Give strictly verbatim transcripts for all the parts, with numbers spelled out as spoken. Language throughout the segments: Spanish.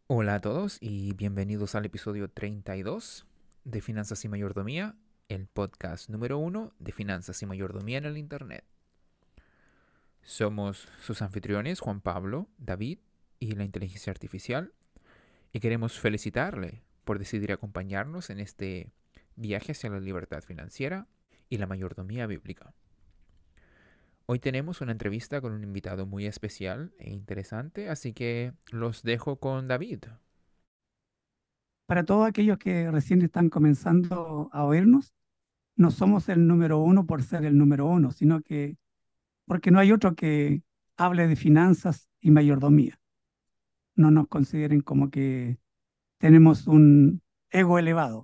Hola a todos y bienvenidos al episodio treinta y dos de Finanzas y Mayordomía, el podcast número uno de Finanzas y Mayordomía en el Internet. Somos sus anfitriones Juan Pablo, David y la inteligencia artificial y queremos felicitarle por decidir acompañarnos en este viaje hacia la libertad financiera y la mayordomía bíblica. Hoy tenemos una entrevista con un invitado muy especial e interesante, así que los dejo con David. Para todos aquellos que recién están comenzando a oírnos, no somos el número uno por ser el número uno, sino que porque no hay otro que hable de finanzas y mayordomía. No nos consideren como que tenemos un ego elevado.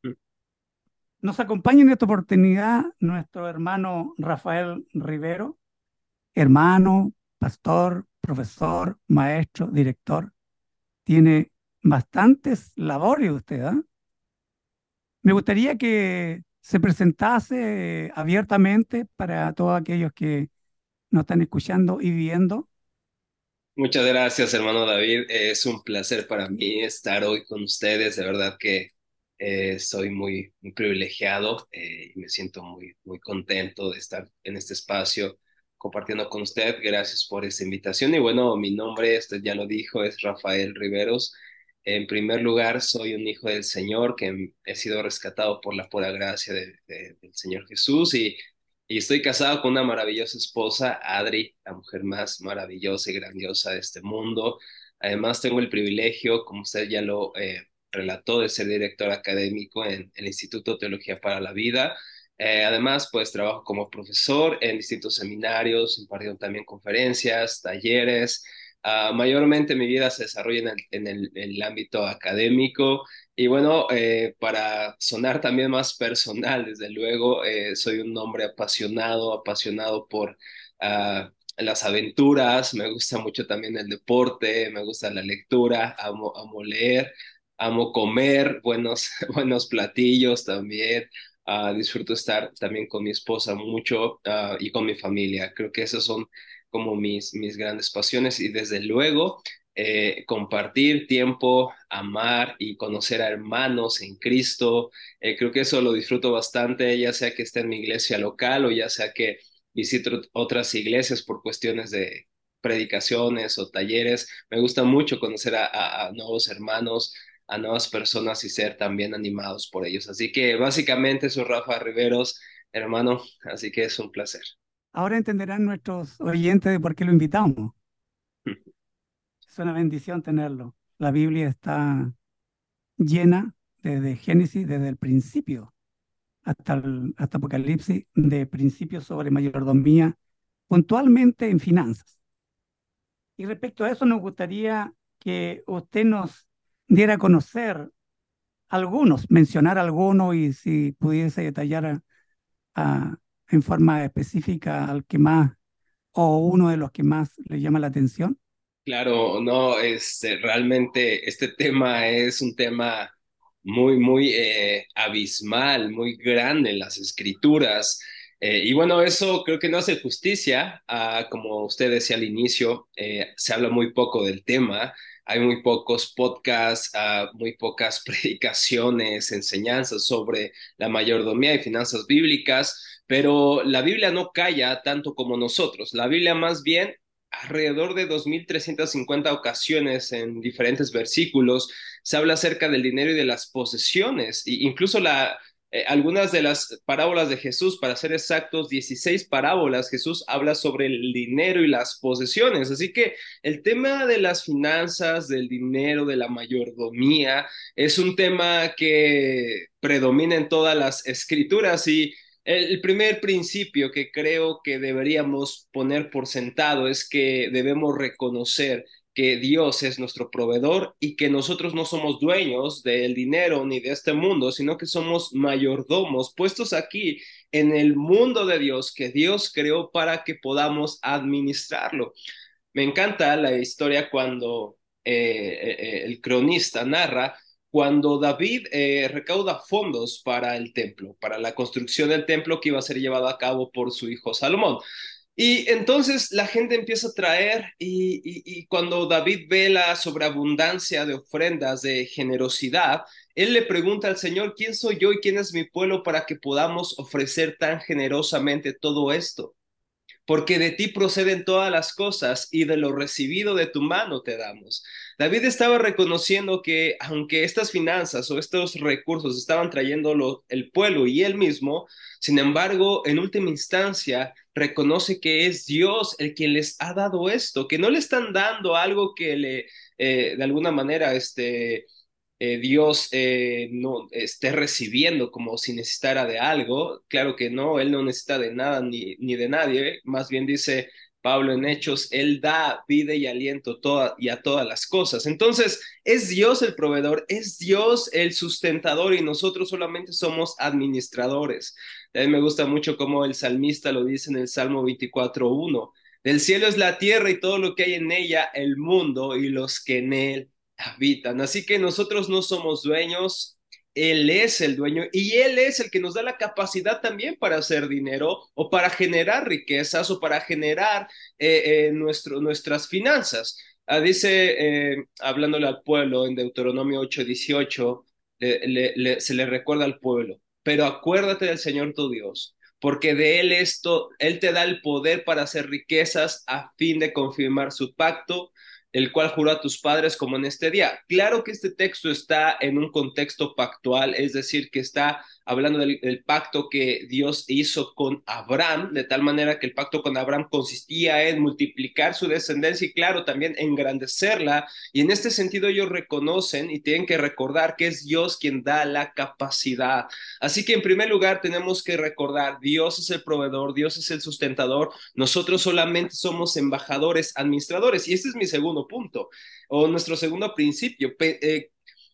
Nos acompaña en esta oportunidad nuestro hermano Rafael Rivero, hermano, pastor, profesor, maestro, director. Tiene bastantes labores usted, ¿ah? Me gustaría que se presentase abiertamente para todos aquellos que nos están escuchando y viendo. Muchas gracias, hermano David. Eh, es un placer para mí estar hoy con ustedes. De verdad que eh, soy muy, muy privilegiado eh, y me siento muy, muy contento de estar en este espacio compartiendo con usted. Gracias por esta invitación. Y bueno, mi nombre, usted ya lo dijo, es Rafael Riveros. En primer lugar, soy un hijo del Señor que he sido rescatado por la pura gracia de- de- del Señor Jesús y y estoy casado con una maravillosa esposa, Adri, la mujer más maravillosa y grandiosa de este mundo. Además, tengo el privilegio, como usted ya lo eh, relató, de ser director académico en el Instituto Teología para la Vida. Eh, además, pues trabajo como profesor en distintos seminarios, impartiendo también conferencias, talleres. Ah, mayormente mi vida se desarrolla en el, en el, en el ámbito académico. Y bueno, eh, para sonar también más personal, desde luego, eh, soy un hombre apasionado, apasionado por ah, las aventuras, me gusta mucho también el deporte, me gusta la lectura, amo, amo leer, amo comer buenos, buenos platillos también, ah, disfruto estar también con mi esposa mucho ah, y con mi familia. Creo que esas son como mis, mis grandes pasiones y desde luego eh, compartir tiempo, amar y conocer a hermanos en Cristo. Eh, creo que eso lo disfruto bastante, ya sea que esté en mi iglesia local o ya sea que visito otras iglesias por cuestiones de predicaciones o talleres. Me gusta mucho conocer a, a, a nuevos hermanos, a nuevas personas y ser también animados por ellos. Así que básicamente soy Rafa Riveros, hermano, así que es un placer. Ahora entenderán nuestros oyentes de por qué lo invitamos. Es una bendición tenerlo. La Biblia está llena desde Génesis, desde el principio hasta, el, hasta Apocalipsis, de principios sobre mayordomía, puntualmente en finanzas. Y respecto a eso, nos gustaría que usted nos diera a conocer algunos, mencionar algunos y si pudiese detallar a- a- en forma específica al que más o uno de los que más le llama la atención. Claro, no, este, realmente este tema es un tema muy, muy eh, abismal, muy grande en las escrituras. Eh, y bueno, eso creo que no hace justicia a, como usted decía al inicio, eh, se habla muy poco del tema, hay muy pocos podcasts, ah, muy pocas predicaciones, enseñanzas sobre la mayordomía y finanzas bíblicas, pero la Biblia no calla tanto como nosotros. La Biblia más bien alrededor de dos mil trescientas cincuenta ocasiones en diferentes versículos se habla acerca del dinero y de las posesiones, e incluso la, eh, algunas de las parábolas de Jesús, para ser exactos, dieciséis parábolas, Jesús habla sobre el dinero y las posesiones. Así que el tema de las finanzas, del dinero, de la mayordomía, es un tema que predomina en todas las escrituras y el primer principio que creo que deberíamos poner por sentado es que debemos reconocer que Dios es nuestro proveedor y que nosotros no somos dueños del dinero ni de este mundo, sino que somos mayordomos puestos aquí en el mundo de Dios que Dios creó para que podamos administrarlo. Me encanta la historia cuando eh, eh, el cronista narra cuando David eh, recauda fondos para el templo, para la construcción del templo que iba a ser llevado a cabo por su hijo Salomón. Y entonces la gente empieza a traer y, y, y cuando David ve la sobreabundancia de ofrendas, de generosidad, él le pregunta al Señor, ¿quién soy yo y quién es mi pueblo para que podamos ofrecer tan generosamente todo esto? Porque de ti proceden todas las cosas y de lo recibido de tu mano te damos. David estaba reconociendo que aunque estas finanzas o estos recursos estaban trayendo el pueblo y él mismo, sin embargo, en última instancia, reconoce que es Dios el quien les ha dado esto, que no le están dando algo que le, eh, de alguna manera, este, eh, Dios eh, no esté recibiendo como si necesitara de algo. Claro que no, Él no necesita de nada ni, ni de nadie. Más bien dice Pablo en Hechos, Él da vida y aliento toda, y a todas las cosas. Entonces, es Dios el proveedor, es Dios el sustentador y nosotros solamente somos administradores. También me gusta mucho cómo el salmista lo dice en el Salmo veinticuatro uno. Del cielo es la tierra y todo lo que hay en ella, el mundo y los que en él habitan. Así que nosotros no somos dueños, Él es el dueño y Él es el que nos da la capacidad también para hacer dinero o para generar riquezas o para generar eh, eh, nuestro, nuestras finanzas. Ah, dice, eh, hablándole al pueblo en Deuteronomio ocho dieciocho, le, le, le, se le recuerda al pueblo, pero acuérdate del Señor tu Dios, porque de Él esto, Él te da el poder para hacer riquezas a fin de confirmar su pacto, el cual juró a tus padres como en este día. Claro que este texto está en un contexto pactual, es decir, que está hablando del, del pacto que Dios hizo con Abraham, de tal manera que el pacto con Abraham consistía en multiplicar su descendencia y claro, también engrandecerla. Y en este sentido ellos reconocen y tienen que recordar que es Dios quien da la capacidad. Así que en primer lugar tenemos que recordar, Dios es el proveedor, Dios es el sustentador, nosotros solamente somos embajadores, administradores. Y este es mi segundo punto, o nuestro segundo principio, eh,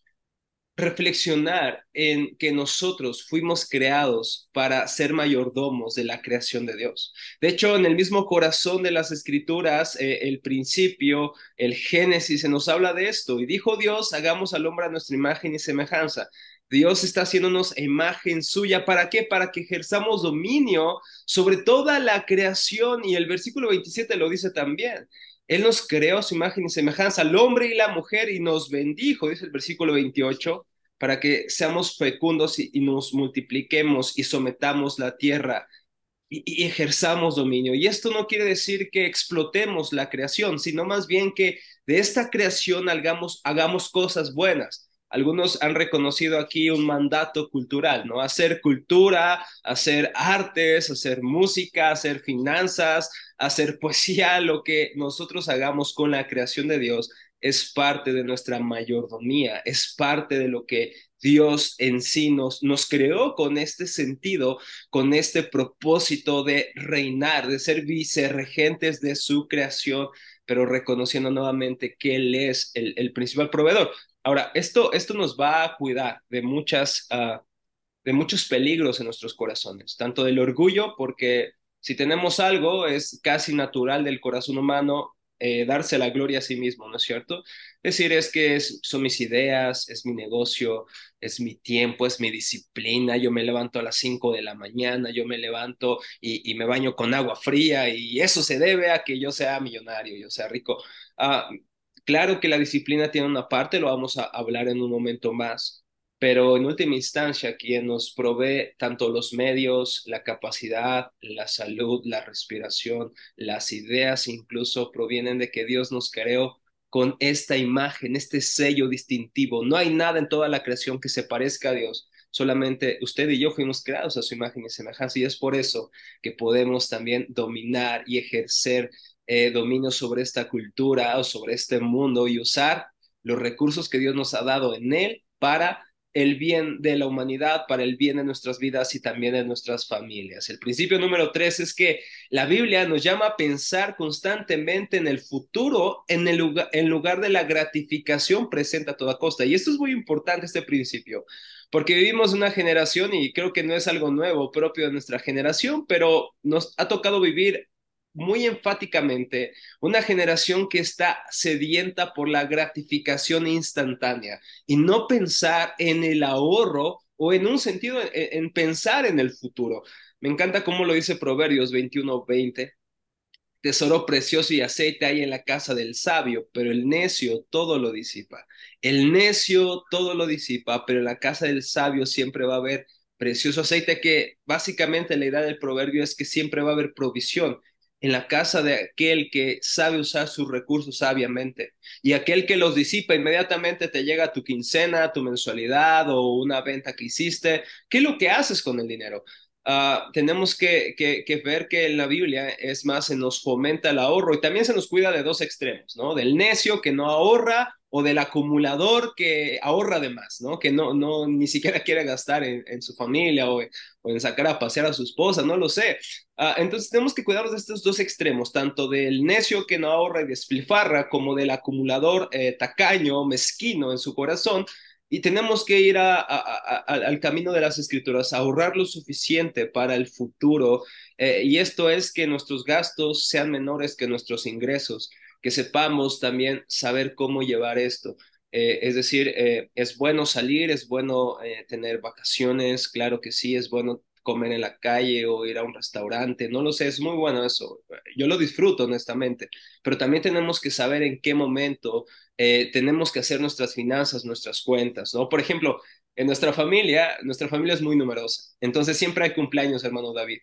reflexionar en que nosotros fuimos creados para ser mayordomos de la creación de Dios. De hecho, en el mismo corazón de las escrituras, eh, el principio, el Génesis, se nos habla de esto. Y dijo Dios, hagamos al hombre a nuestra imagen y semejanza. Dios está haciéndonos imagen suya. ¿Para qué? Para que ejerzamos dominio sobre toda la creación. Y el versículo veintisiete lo dice también. Él nos creó a su imagen y semejanza, al hombre y la mujer, y nos bendijo, dice el versículo veintiocho, para que seamos fecundos y, y nos multipliquemos y sometamos la tierra y, y ejerzamos dominio. Y esto no quiere decir que explotemos la creación, sino más bien que de esta creación hagamos, hagamos cosas buenas. Algunos han reconocido aquí un mandato cultural, ¿no? Hacer cultura, hacer artes, hacer música, hacer finanzas, hacer poesía, lo que nosotros hagamos con la creación de Dios es parte de nuestra mayordomía, es parte de lo que Dios en sí nos, nos creó con este sentido, con este propósito de reinar, de ser vicerregentes de su creación, pero reconociendo nuevamente que Él es el, el principal proveedor. Ahora, esto, esto nos va a cuidar de muchas, uh, de muchos peligros en nuestros corazones, tanto del orgullo, porque si tenemos algo, es casi natural del corazón humano eh, darse la gloria a sí mismo, ¿no es cierto? Decir, es que es, son mis ideas, es mi negocio, es mi tiempo, es mi disciplina, yo me levanto a las cinco de la mañana, yo me levanto y, y me baño con agua fría y eso se debe a que yo sea millonario, yo sea rico. Ah, claro que la disciplina tiene una parte, lo vamos a hablar en un momento más, pero en última instancia, quien nos provee tanto los medios, la capacidad, la salud, la respiración, las ideas incluso provienen de que Dios nos creó con esta imagen, este sello distintivo. No hay nada en toda la creación que se parezca a Dios. Solamente usted y yo fuimos creados a su imagen y semejanza y es por eso que podemos también dominar y ejercer eh, dominio sobre esta cultura o sobre este mundo y usar los recursos que Dios nos ha dado en él para el bien de la humanidad, para el bien de nuestras vidas y también de nuestras familias. El principio número tres es que la Biblia nos llama a pensar constantemente en el futuro en, el lugar, en lugar de la gratificación presente a toda costa. Y esto es muy importante, este principio, porque vivimos una generación y creo que no es algo nuevo propio de nuestra generación, pero nos ha tocado vivir muy enfáticamente una generación que está sedienta por la gratificación instantánea y no pensar en el ahorro o en un sentido en, en pensar en el futuro. Me encanta cómo lo dice Proverbios veintiuno veinte. tesoro precioso y aceite hay en la casa del sabio, pero el necio todo lo disipa. El necio todo lo disipa, pero en la casa del sabio siempre va a haber precioso aceite, que básicamente la idea del proverbio es que siempre va a haber provisión en la casa de aquel que sabe usar sus recursos sabiamente. Y aquel que los disipa, inmediatamente te llega tu quincena, tu mensualidad o una venta que hiciste. ¿Qué es lo que haces con el dinero? Uh, tenemos que, que, que, ver que en la Biblia es más, se nos fomenta el ahorro y también se nos cuida de dos extremos, ¿no? Del necio que no ahorra o del acumulador que ahorra de más, ¿no? Que no, no ni siquiera quiere gastar en, en su familia o, o, en sacar a pasear a su esposa, no lo sé. Uh, entonces tenemos que cuidarnos de estos dos extremos, tanto del necio que no ahorra y despilfarra como del acumulador eh, tacaño, mezquino en su corazón. Y tenemos que ir a, a, a, al camino de las escrituras, ahorrar lo suficiente para el futuro. Eh, y esto es que nuestros gastos sean menores que nuestros ingresos, que sepamos también saber cómo llevar esto. Eh, es decir, eh, es bueno salir, es bueno eh, tener vacaciones, claro que sí, es bueno comer en la calle o ir a un restaurante, no lo sé, es muy bueno eso. Yo lo disfruto honestamente, pero también tenemos que saber en qué momento eh, tenemos que hacer nuestras finanzas, nuestras cuentas, ¿no? Por ejemplo, en nuestra familia, nuestra familia es muy numerosa, entonces siempre hay cumpleaños, hermano David.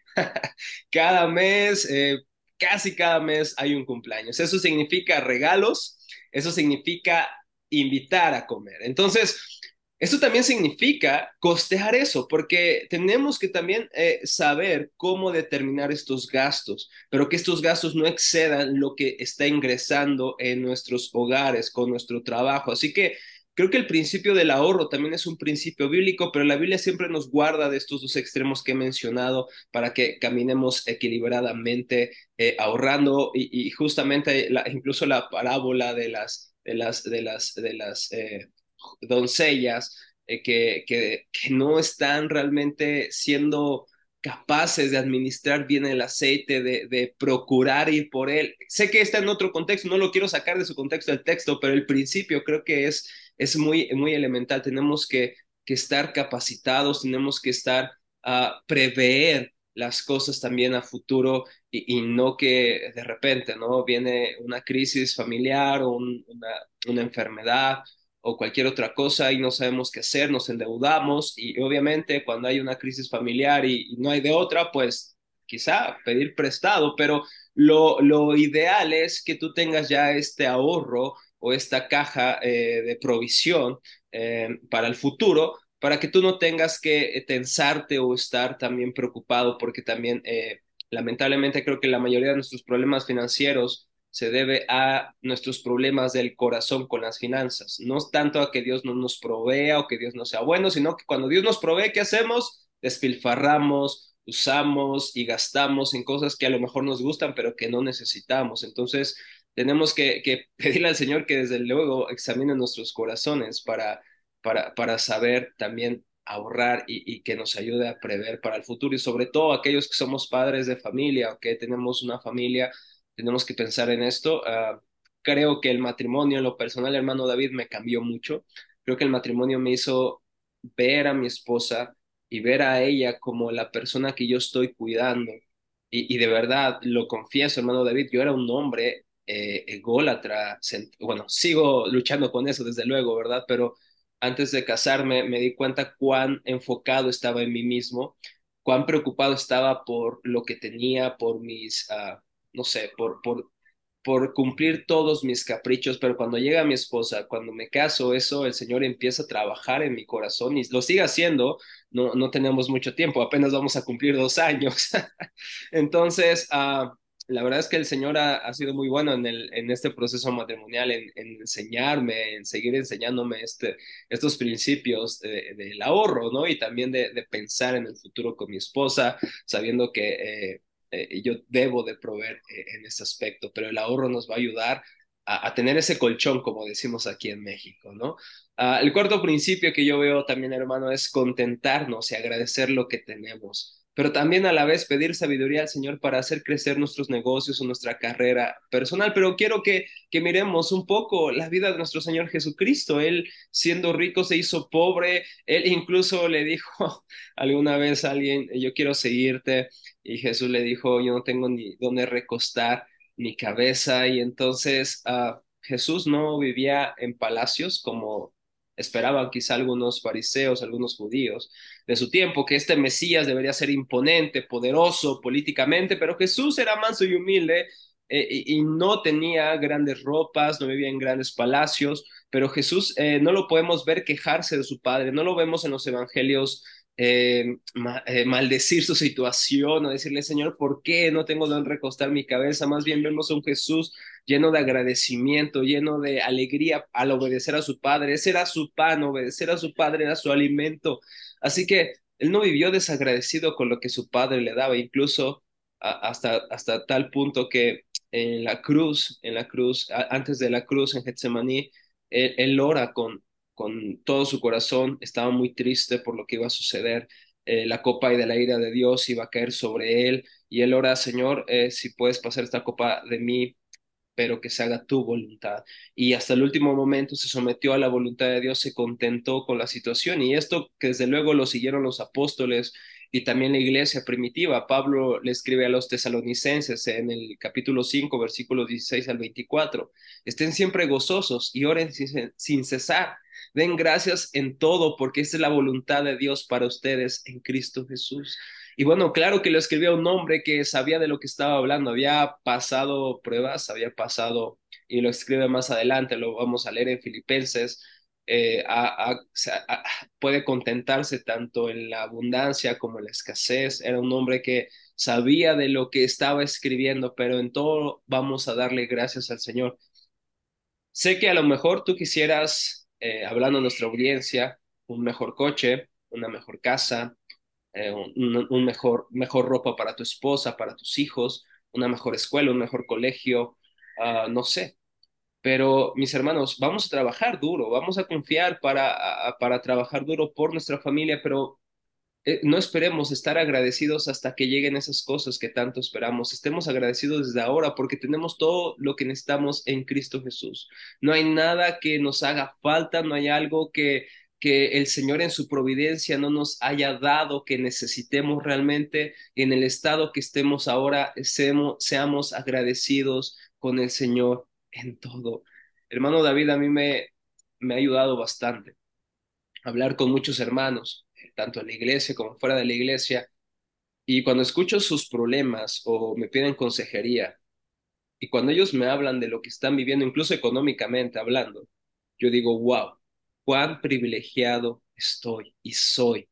Cada mes, eh, casi cada mes hay un cumpleaños. Eso significa regalos, eso significa invitar a comer. Entonces, esto también significa costear eso, porque tenemos que también eh, saber cómo determinar estos gastos, pero que estos gastos no excedan lo que está ingresando en nuestros hogares con nuestro trabajo. Así que creo que el principio del ahorro también es un principio bíblico, pero la Biblia siempre nos guarda de estos dos extremos que he mencionado para que caminemos equilibradamente, eh, ahorrando y, y justamente la, incluso la parábola de las, de las, de las, de las eh, doncellas eh, que, que, que no están realmente siendo capaces de administrar bien el aceite, de, de procurar ir por él. Sé que está en otro contexto, no lo quiero sacar de su contexto del texto, pero el principio creo que es, es muy, muy elemental. Tenemos que, que estar capacitados, tenemos que estar a uh, prever las cosas también a futuro y, y, no que de repente, ¿no? Viene una crisis familiar o un, una, una enfermedad o cualquier otra cosa y no sabemos qué hacer, nos endeudamos y obviamente cuando hay una crisis familiar y, y no hay de otra, pues quizá pedir prestado, pero lo, lo ideal es que tú tengas ya este ahorro o esta caja eh, de provisión eh, para el futuro, para que tú no tengas que tensarte o estar también preocupado, porque también eh, lamentablemente creo que la mayoría de nuestros problemas financieros se debe a nuestros problemas del corazón con las finanzas. No es tanto a que Dios no nos provea o que Dios no sea bueno, sino que cuando Dios nos provee, ¿qué hacemos? Despilfarramos, usamos y gastamos en cosas que a lo mejor nos gustan, pero que no necesitamos. Entonces, tenemos que, que pedirle al Señor que desde luego examine nuestros corazones para, para, para saber también ahorrar y, y que nos ayude a prever para el futuro y sobre todo aquellos que somos padres de familia o que tenemos una familia, tenemos que pensar en esto. Uh, creo que el matrimonio, en lo personal, hermano David, me cambió mucho. Creo que el matrimonio me hizo ver a mi esposa y ver a ella como la persona que yo estoy cuidando. Y, y de verdad, lo confieso, hermano David, yo era un hombre eh, ególatra. Bueno, sigo luchando con eso, desde luego, ¿verdad? Pero antes de casarme me di cuenta cuán enfocado estaba en mí mismo, cuán preocupado estaba por lo que tenía, por mis... Uh, no sé, por, por, por cumplir todos mis caprichos, pero cuando llega mi esposa, cuando me caso, eso, el Señor empieza a trabajar en mi corazón y lo sigue haciendo, no, no tenemos mucho tiempo, apenas vamos a cumplir dos años. Entonces, uh, la verdad es que el Señor ha, ha sido muy bueno en, el, en este proceso matrimonial, en, en enseñarme, en seguir enseñándome este, estos principios de, del ahorro, ¿no? Y también de, de pensar en el futuro con mi esposa, sabiendo que... Eh, Eh, yo debo de proveer eh, en este aspecto, pero el ahorro nos va a ayudar a, a tener ese colchón, como decimos aquí en México, ¿no? Uh, el cuarto principio que yo veo también, hermano, es contentarnos y agradecer lo que tenemos, pero también a la vez pedir sabiduría al Señor para hacer crecer nuestros negocios o nuestra carrera personal. Pero quiero que, que miremos un poco la vida de nuestro Señor Jesucristo. Él, siendo rico, se hizo pobre. Él incluso le dijo alguna vez a alguien, yo quiero seguirte. Y Jesús le dijo, yo no tengo ni dónde recostar. mi cabeza. Y entonces uh, Jesús no vivía en palacios como esperaban quizá algunos fariseos, algunos judíos de su tiempo, que este Mesías debería ser imponente, poderoso políticamente, pero Jesús era manso y humilde, eh, y, y no tenía grandes ropas, no vivía en grandes palacios, pero Jesús eh, no lo podemos ver quejarse de su padre, no lo vemos en los evangelios eh, ma eh, maldecir su situación o decirle, Señor, ¿por qué no tengo donde recostar mi cabeza? Más bien vemos a un Jesús lleno de agradecimiento, lleno de alegría al obedecer a su padre. Ese era su pan, obedecer a su padre era su alimento. Así que él no vivió desagradecido con lo que su padre le daba, incluso a, hasta, hasta tal punto que en la cruz, en la cruz, a, antes de la cruz en Getsemaní, él, él ora con, con todo su corazón, estaba muy triste por lo que iba a suceder. Eh, la copa y de la ira de Dios iba a caer sobre él, y él ora, Señor, eh, si puedes pasar esta copa de mí, pero que se haga tu voluntad. Y hasta el último momento se sometió a la voluntad de Dios, se contentó con la situación, y esto que desde luego lo siguieron los apóstoles y también la iglesia primitiva. Pablo le escribe a los tesalonicenses en el capítulo cinco, versículos dieciséis al veinticuatro: estén siempre gozosos y oren sin, sin cesar. Den gracias en todo, porque esta es la voluntad de Dios para ustedes en Cristo Jesús. Y bueno, claro que lo escribía un hombre que sabía de lo que estaba hablando, había pasado pruebas, había pasado, y lo escribe más adelante, lo vamos a leer en Filipenses. eh, a- a- a- Puede contentarse tanto en la abundancia como en la escasez. Era un hombre que sabía de lo que estaba escribiendo, pero en todo vamos a darle gracias al Señor. Sé que a lo mejor tú quisieras, eh, hablando a nuestra audiencia, un mejor coche, una mejor casa, eh, un, un mejor, mejor ropa para tu esposa, para tus hijos, una mejor escuela, un mejor colegio, uh, no sé. Pero mis hermanos, vamos a trabajar duro, vamos a confiar para, a, para trabajar duro por nuestra familia, pero eh, no esperemos estar agradecidos hasta que lleguen esas cosas que tanto esperamos. Estemos agradecidos desde ahora porque tenemos todo lo que necesitamos en Cristo Jesús. No hay nada que nos haga falta, no hay algo que, que el Señor en su providencia no nos haya dado que necesitemos realmente. En el estado que estemos ahora, seamos, seamos agradecidos con el Señor en todo. Hermano David, a mí me, me ha ayudado bastante hablar con muchos hermanos, eh, tanto en la iglesia como fuera de la iglesia, y cuando escucho sus problemas o me piden consejería, y cuando ellos me hablan de lo que están viviendo, incluso económicamente hablando, yo digo, wow, cuán privilegiado estoy y soy.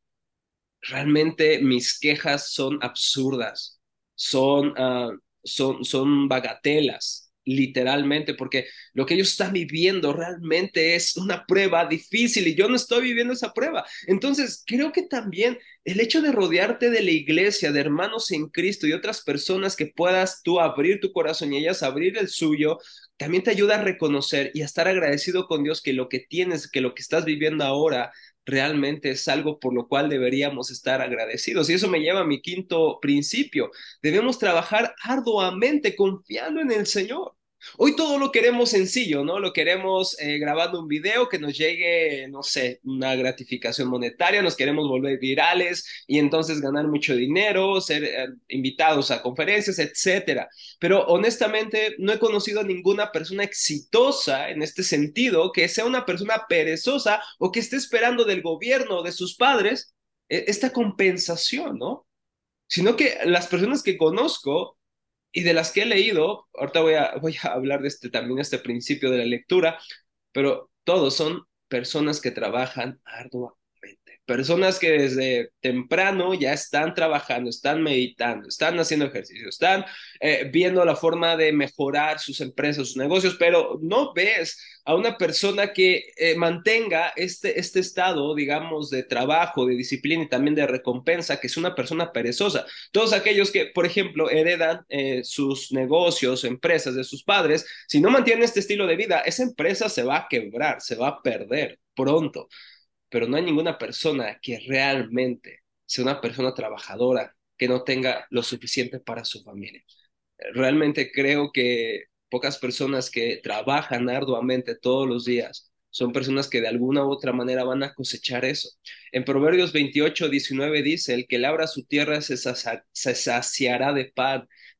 Realmente mis quejas son absurdas, son, uh, son, son bagatelas, literalmente, porque lo que ellos están viviendo realmente es una prueba difícil y yo no estoy viviendo esa prueba. Entonces, creo que también el hecho de rodearte de la iglesia, de hermanos en Cristo y otras personas que puedas tú abrir tu corazón y ellas abrir el suyo, también te ayuda a reconocer y a estar agradecido con Dios que lo que tienes, que lo que estás viviendo ahora realmente es algo por lo cual deberíamos estar agradecidos. Y eso me lleva a mi quinto principio. Debemos trabajar arduamente confiando en el Señor. Hoy todo lo queremos sencillo, ¿no? Lo queremos eh, grabando un video que nos llegue, no sé, una gratificación monetaria, nos queremos volver virales y entonces ganar mucho dinero, ser eh, invitados a conferencias, etcétera. Pero honestamente no he conocido a ninguna persona exitosa en este sentido que sea una persona perezosa o que esté esperando del gobierno o de sus padres eh, esta compensación, ¿no? Sino que las personas que conozco y de las que he leído, ahorita voy a, voy a hablar de este también, este principio de la lectura, pero todos son personas que trabajan arduamente, personas que desde temprano ya están trabajando, están meditando, están haciendo ejercicio, están eh, viendo la forma de mejorar sus empresas, sus negocios, pero no ves a una persona que eh, mantenga este, este estado, digamos, de trabajo, de disciplina y también de recompensa, que es una persona perezosa. Todos aquellos que, por ejemplo, heredan eh, sus negocios, empresas de sus padres, si no mantienen este estilo de vida, esa empresa se va a quebrar, se va a perder pronto. Pero no hay ninguna persona que realmente sea una persona trabajadora que no tenga lo suficiente para su familia. Realmente creo que pocas personas que trabajan arduamente todos los días son personas que de alguna u otra manera van a cosechar eso. En Proverbios veintiocho, diecinueve dice, el que labra su tierra se, sacia, se saciará de pan,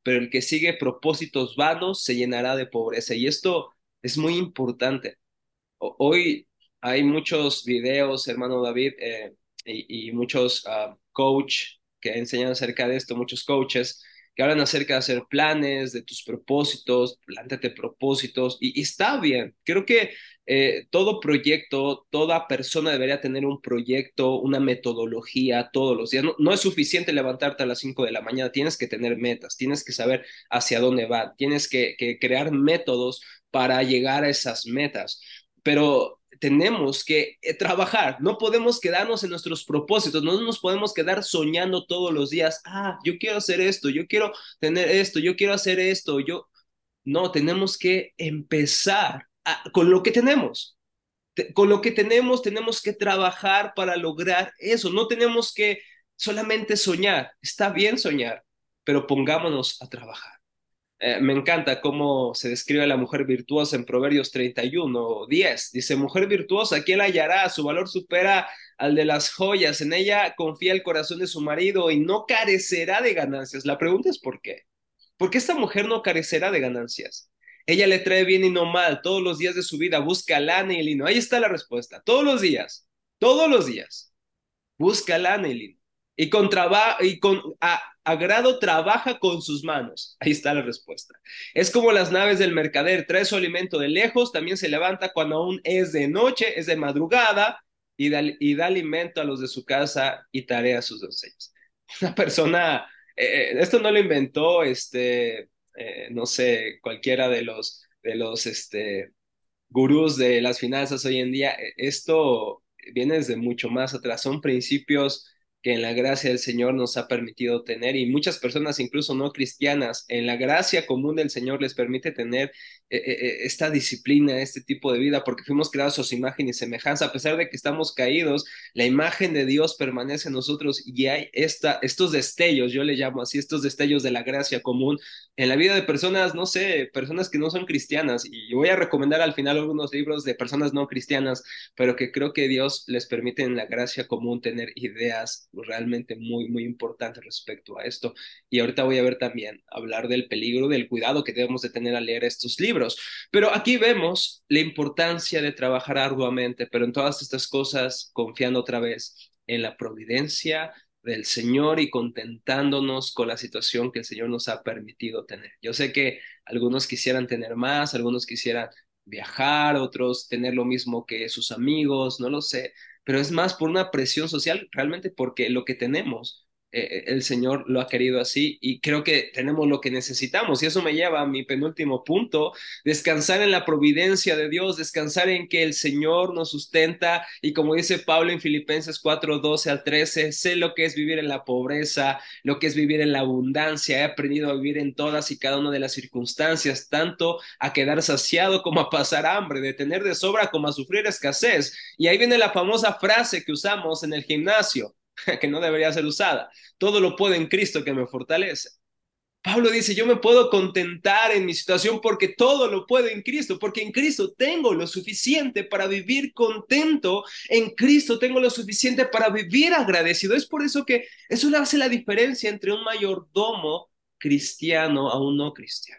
pero el que sigue propósitos vanos se llenará de pobreza. Y esto es muy importante. O- Hoy hay muchos videos, hermano David, eh, y, y muchos ah, coach que enseñan acerca de esto, muchos coaches que hablan acerca de hacer planes, de tus propósitos, plántate propósitos, y, y está bien. Creo que eh, todo proyecto, toda persona debería tener un proyecto, una metodología todos los días. No, no es suficiente levantarte a las cinco de la mañana, tienes que tener metas, tienes que saber hacia dónde va, tienes que, que crear métodos para llegar a esas metas, pero tenemos que eh, trabajar, no podemos quedarnos en nuestros propósitos, no nos podemos quedar soñando todos los días, ah, yo quiero hacer esto, yo quiero tener esto, yo quiero hacer esto, yo, no, tenemos que empezar a- con lo que tenemos. Te- con lo que tenemos, tenemos que trabajar para lograr eso, no tenemos que solamente soñar, está bien soñar, pero pongámonos a trabajar. Eh, me encanta cómo se describe a la mujer virtuosa en Proverbios treinta y uno diez. Dice, mujer virtuosa, ¿quién la hallará? Su valor supera al de las joyas. En ella confía el corazón de su marido y no carecerá de ganancias. La pregunta es ¿por qué? ¿Por qué esta mujer no carecerá de ganancias? Ella le trae bien y no mal todos los días de su vida. Busca lana y lino. Ahí está la respuesta. Todos los días. Todos los días busca lana y lino. Y con, traba y con a agrado trabaja con sus manos. Ahí está la respuesta. Es como las naves del mercader, trae su alimento de lejos, también se levanta cuando aún es de noche, es de madrugada, y da, y da alimento a los de su casa y tarea a sus doncellas. Una persona, eh, esto no lo inventó, este, eh, no sé, cualquiera de los, de los, este, gurús de las finanzas hoy en día. eh, Esto viene desde mucho más atrás. Son principios que en la gracia del Señor nos ha permitido tener y muchas personas, incluso no cristianas, en la gracia común del Señor les permite tener eh, eh, eh, esta disciplina, este tipo de vida, porque fuimos creados a su imagen y semejanza. A pesar de que estamos caídos, la imagen de Dios permanece en nosotros y hay esta, estos destellos, yo le llamo así, estos destellos de la gracia común en la vida de personas, no sé, personas que no son cristianas. Y voy a recomendar al final algunos libros de personas no cristianas, pero que creo que Dios les permite en la gracia común tener ideas realmente muy, muy importantes respecto a esto. Y ahorita voy a ver también, hablar del peligro, del cuidado que debemos de tener al leer estos libros. Pero aquí vemos la importancia de trabajar arduamente, pero en todas estas cosas confiando otra vez en la providencia del Señor y contentándonos con la situación que el Señor nos ha permitido tener. Yo sé que algunos quisieran tener más, algunos quisieran viajar, otros tener lo mismo que sus amigos, no lo sé, pero es más por una presión social, realmente porque lo que tenemos, eh, el Señor lo ha querido así y creo que tenemos lo que necesitamos. Y eso me lleva a mi penúltimo punto: descansar en la providencia de Dios, descansar en que el Señor nos sustenta y como dice Pablo en Filipenses cuatro doce al trece, sé lo que es vivir en la pobreza, lo que es vivir en la abundancia, he aprendido a vivir en todas y cada una de las circunstancias, tanto a quedar saciado como a pasar hambre, de tener de sobra como a sufrir escasez. Y ahí viene la famosa frase que usamos en el gimnasio, que no debería ser usada: todo lo puedo en Cristo que me fortalece. Pablo dice, yo me puedo contentar en mi situación porque todo lo puedo en Cristo, porque en Cristo tengo lo suficiente para vivir contento, en Cristo tengo lo suficiente para vivir agradecido. Es por eso que eso le hace la diferencia entre un mayordomo cristiano a un no cristiano.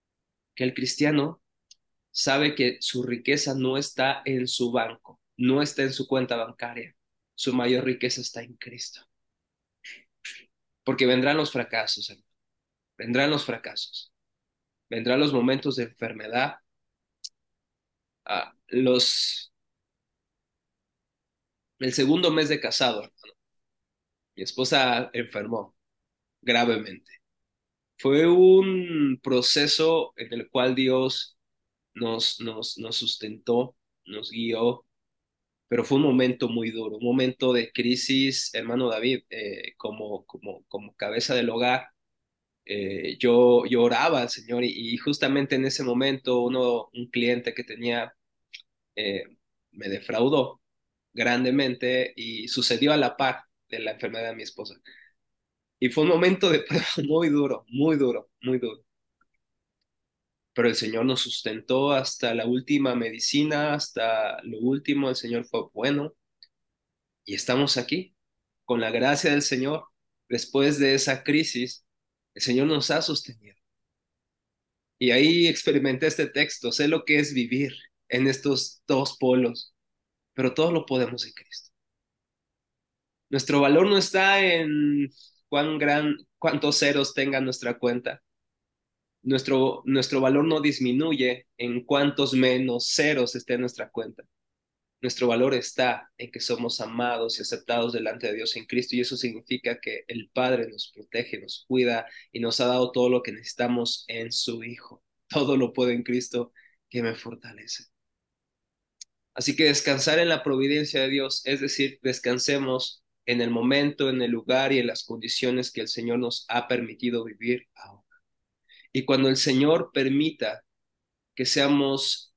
Que el cristiano sabe que su riqueza no está en su banco, no está en su cuenta bancaria, su mayor riqueza está en Cristo. Porque vendrán los fracasos, hermano. Vendrán los fracasos. Vendrán los momentos de enfermedad, ah, los, el segundo mes de casado, hermano, mi esposa enfermó gravemente. Fue un proceso en el cual Dios nos, nos, nos sustentó, nos guió, pero fue un momento muy duro, un momento de crisis, hermano David, eh, como, como, como cabeza del hogar. Eh, yo, yo oraba al Señor y, y justamente en ese momento uno, un cliente que tenía eh, me defraudó grandemente y sucedió a la par de la enfermedad de mi esposa. Y fue un momento de prueba muy duro, muy duro, muy duro. Pero el Señor nos sustentó hasta la última medicina, hasta lo último. El Señor fue bueno y estamos aquí con la gracia del Señor. Después de esa crisis, El Señor nos ha sostenido. Y ahí experimenté este texto, sé lo que es vivir en estos dos polos, pero todo lo podemos en Cristo. Nuestro valor no está en cuán gran, cuántos ceros tenga nuestra cuenta. Nuestro, nuestro valor no disminuye en cuántos menos ceros esté en nuestra cuenta. Nuestro valor está en que somos amados y aceptados delante de Dios en Cristo, y eso significa que el Padre nos protege, nos cuida y nos ha dado todo lo que necesitamos en su Hijo. Todo lo puedo en Cristo que me fortalece. Así que descansar en la providencia de Dios, es decir, descansemos en el momento, en el lugar y en las condiciones que el Señor nos ha permitido vivir ahora. Y cuando el Señor permita que seamos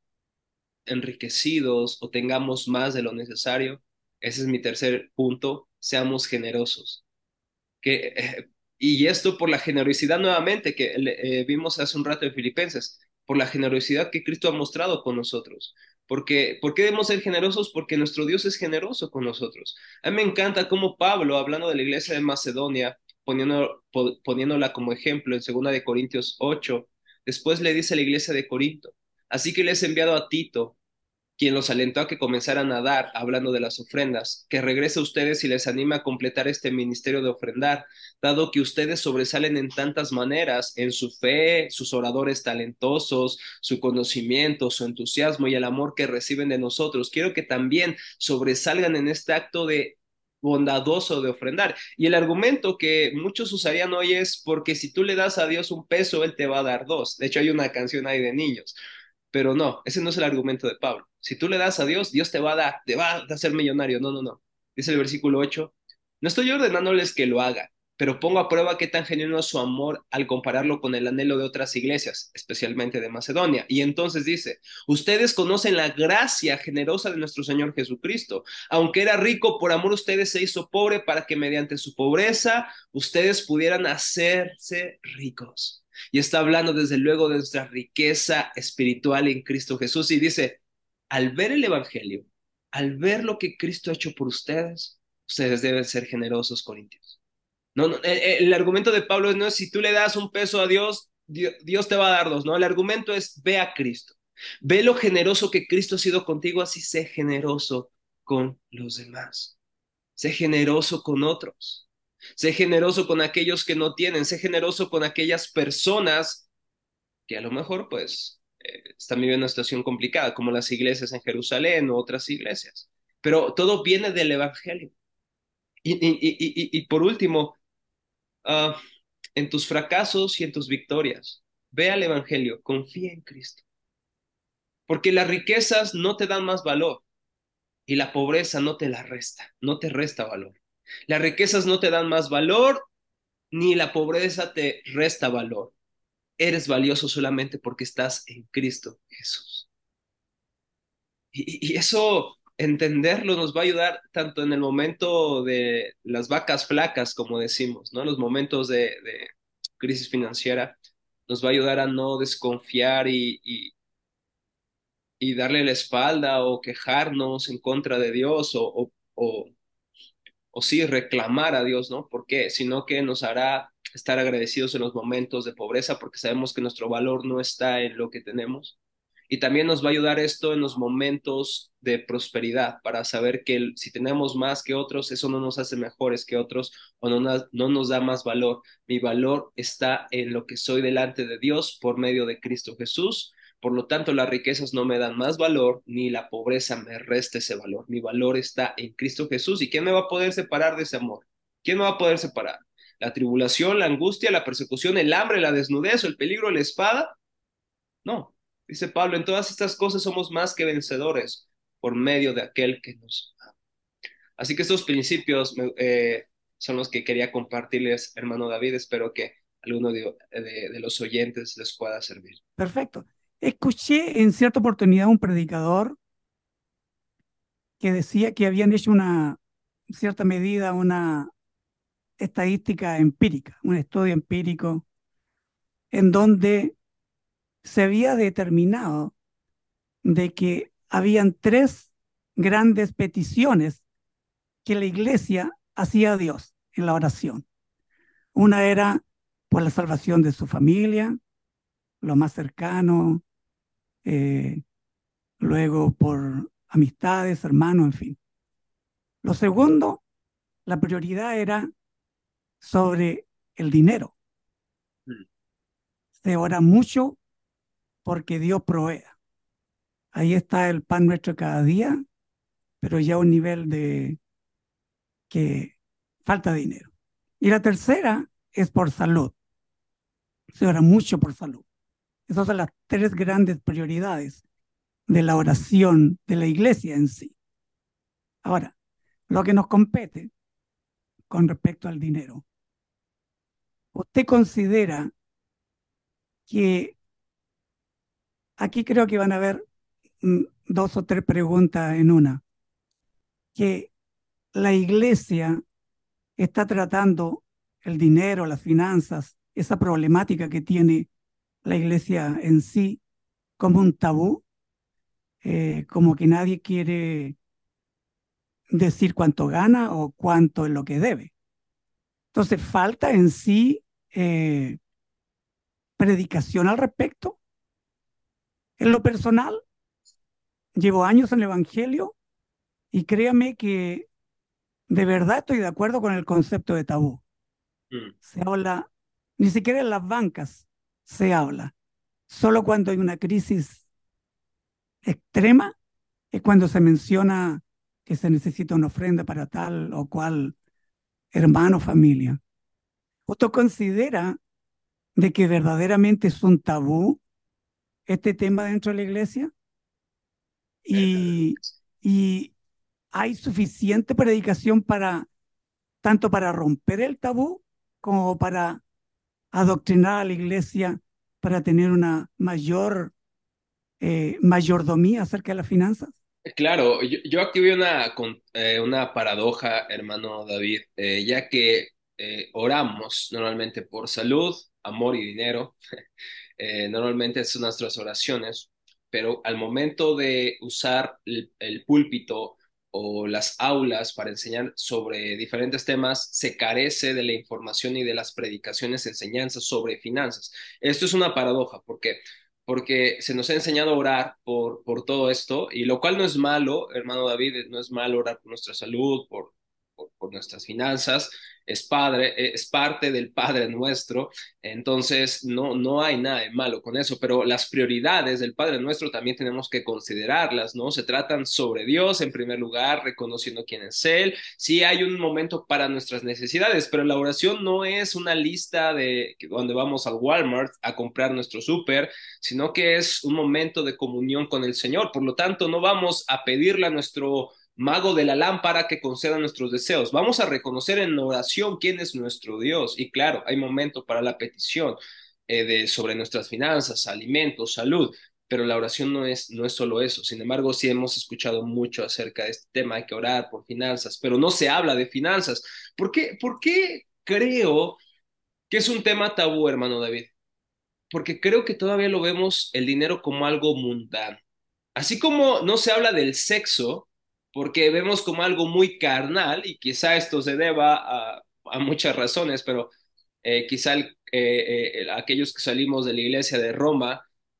enriquecidos o tengamos más de lo necesario, ese es mi tercer punto, seamos generosos. Que, eh, y esto por la generosidad nuevamente que eh, vimos hace un rato en Filipenses, por la generosidad que Cristo ha mostrado con nosotros. Porque, ¿por qué debemos ser generosos? Porque nuestro Dios es generoso con nosotros. A mí me encanta cómo Pablo, hablando de la iglesia de Macedonia, poniendo, po, poniéndola como ejemplo en segunda de Corintios ocho, después le dice a la iglesia de Corinto, así que les he enviado a Tito, quien los alentó a que comenzaran a dar, hablando de las ofrendas, que regrese a ustedes y les anime a completar este ministerio de ofrendar, dado que ustedes sobresalen en tantas maneras, en su fe, sus oradores talentosos, su conocimiento, su entusiasmo y el amor que reciben de nosotros. Quiero que también sobresalgan en este acto de bondadoso de ofrendar. Y el argumento que muchos usarían hoy es porque si tú le das a Dios un peso, Él te va a dar dos. De hecho, hay una canción ahí de niños. Pero no, ese no es el argumento de Pablo. Si tú le das a Dios, Dios te va a dar, te va a hacer millonario. No, no, no. Dice el versículo ocho, no estoy ordenándoles que lo hagan, pero pongo a prueba qué tan genuino es su amor al compararlo con el anhelo de otras iglesias, especialmente de Macedonia. Y entonces dice, ustedes conocen la gracia generosa de nuestro Señor Jesucristo. Aunque era rico, por amor ustedes se hizo pobre para que mediante su pobreza ustedes pudieran hacerse ricos. Y está hablando desde luego de nuestra riqueza espiritual en Cristo Jesús. Y dice, al ver el Evangelio, al ver lo que Cristo ha hecho por ustedes, ustedes deben ser generosos, corintios. No, no, el, el argumento de Pablo no es si tú le das un peso a Dios, Dios, Dios te va a dar dos, ¿no? El argumento es ve a Cristo. Ve lo generoso que Cristo ha sido contigo, así sé generoso con los demás. Sé generoso con otros. Sé generoso con aquellos que no tienen. Sé generoso con aquellas personas que a lo mejor pues eh, están viviendo una situación complicada, como las iglesias en Jerusalén o otras iglesias. Pero todo viene del Evangelio. Y, y, y, y, y por último, uh, en tus fracasos y en tus victorias, ve al Evangelio, confía en Cristo. Porque las riquezas no te dan más valor y la pobreza no te la resta, no te resta valor. Las riquezas no te dan más valor ni la pobreza te resta valor. Eres valioso solamente porque estás en Cristo Jesús. Y, y eso, entenderlo, nos va a ayudar tanto en el momento de las vacas flacas, como decimos, ¿no? Los momentos de, de crisis financiera, nos va a ayudar a no desconfiar y, y, y darle la espalda o quejarnos en contra de Dios o, o, o, o sí reclamar a Dios, ¿no? ¿Por qué? Sino que nos hará estar agradecidos en los momentos de pobreza porque sabemos que nuestro valor no está en lo que tenemos. Y también nos va a ayudar esto en los momentos de prosperidad, para saber que el, si tenemos más que otros, eso no nos hace mejores que otros o no, no nos da más valor. Mi valor está en lo que soy delante de Dios por medio de Cristo Jesús. Por lo tanto, las riquezas no me dan más valor, ni la pobreza me resta ese valor. Mi valor está en Cristo Jesús. ¿Y quién me va a poder separar de ese amor? ¿Quién me va a poder separar? ¿La tribulación, la angustia, la persecución, el hambre, la desnudez o el peligro, la espada? No. Dice Pablo, en todas estas cosas somos más que vencedores por medio de aquel que nos ama. Así que estos principios eh, son los que quería compartirles, hermano David. Espero que alguno de, de, de los oyentes les pueda servir. Perfecto. Escuché en cierta oportunidad un predicador que decía que habían hecho una cierta medida, una estadística empírica, un estudio empírico, en donde se había determinado de que habían tres grandes peticiones que la iglesia hacía a Dios en la oración. Una era por la salvación de su familia, lo más cercano, eh, luego por amistades, hermanos, en fin. Lo segundo, la prioridad era sobre el dinero. Mm. Se ora mucho porque Dios provea. Ahí está el pan nuestro de cada día, pero ya a un nivel de que falta dinero. Y la tercera es por salud. Se ora mucho por salud. Esas son las tres grandes prioridades de la oración de la iglesia en sí. Ahora, lo que nos compete con respecto al dinero. ¿Usted considera que aquí creo que van a haber mm, dos o tres preguntas en una? Que la iglesia está tratando el dinero, las finanzas, esa problemática que tiene la iglesia en sí como un tabú, eh, como que nadie quiere decir cuánto gana o cuánto es lo que debe. Entonces, falta en sí eh, predicación al respecto. En lo personal, llevo años en el Evangelio y créame que de verdad estoy de acuerdo con el concepto de tabú. Mm. Se habla, ni siquiera en las bancas se habla. Solo cuando hay una crisis extrema es cuando se menciona que se necesita una ofrenda para tal o cual hermano o familia. ¿Usted considera de que verdaderamente es un tabú este tema dentro de la iglesia? Y, y hay suficiente predicación para tanto para romper el tabú como para adoctrinar a la iglesia para tener una mayor eh, mayordomía acerca de las finanzas. Claro, yo, yo aquí veo una, con- eh, una paradoja, hermano David, eh, ya que eh, oramos normalmente por salud, amor y dinero. Eh, normalmente son nuestras oraciones, pero al momento de usar el, el púlpito o las aulas para enseñar sobre diferentes temas, se carece de la información y de las predicaciones, enseñanzas sobre finanzas. Esto es una paradoja, porque porque se nos ha enseñado a orar por, por todo esto, y lo cual no es malo, hermano David, no es malo orar por nuestra salud, por, por, por nuestras finanzas, es padre, es parte del Padre nuestro, entonces no, no hay nada de malo con eso, pero las prioridades del Padre nuestro también tenemos que considerarlas, ¿no? Se tratan sobre Dios en primer lugar, reconociendo quién es Él, sí hay un momento para nuestras necesidades, pero la oración no es una lista de donde vamos al Walmart a comprar nuestro súper, sino que es un momento de comunión con el Señor. Por lo tanto, no vamos a pedirle a nuestro mago de la lámpara que conceda nuestros deseos. Vamos a reconocer en oración quién es nuestro Dios. Y claro, hay momento para la petición eh, de, sobre nuestras finanzas, alimentos, salud. Pero la oración no es, no es solo eso. Sin embargo, sí hemos escuchado mucho acerca de este tema. Hay que orar por finanzas, pero no se habla de finanzas. ¿Por qué, por qué creo que es un tema tabú, hermano David? Porque creo que todavía lo vemos el dinero como algo mundano. Así como no se habla del sexo, porque vemos como algo muy carnal, y quizá esto se deba a, a muchas razones, pero eh, quizá el- eh, eh, aquellos que salimos de la iglesia de Roma,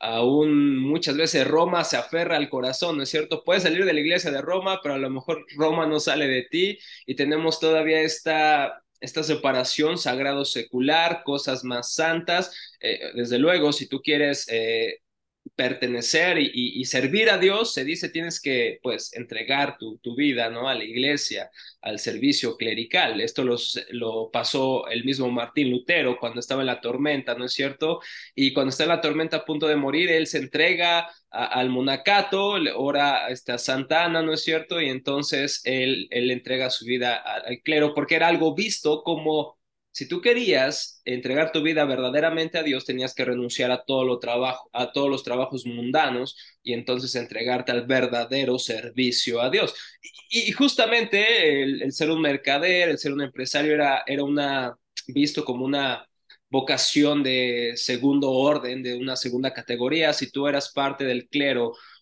aún muchas veces Roma se aferra al corazón, ¿no es cierto? Puedes salir de la iglesia de Roma, pero a lo mejor Roma no sale de ti, y tenemos todavía esta, esta separación sagrado-secular, cosas más santas. Eh, desde luego, si tú quieres eh, pertenecer y, y, y, servir a Dios, se dice tienes que pues entregar tu, tu vida, ¿no? A la iglesia, al servicio clerical. Esto los, lo pasó el mismo Martín Lutero cuando estaba en la tormenta, ¿no es cierto? Y cuando está en la tormenta a punto de morir, él se entrega a, al monacato, le ora este, a Santa Ana, ¿no es cierto? Y entonces él, él entrega su vida al, al clero porque era algo visto como si tú querías entregar tu vida verdaderamente a Dios, tenías que renunciar a todo lo trabajo, a todos los trabajos mundanos, y entonces entregarte al verdadero servicio a Dios. Y, y justamente el, el, ser un mercader, el ser un empresario era, era una, visto como una vocación de segundo orden, de una segunda categoría. Si tú eras parte del clero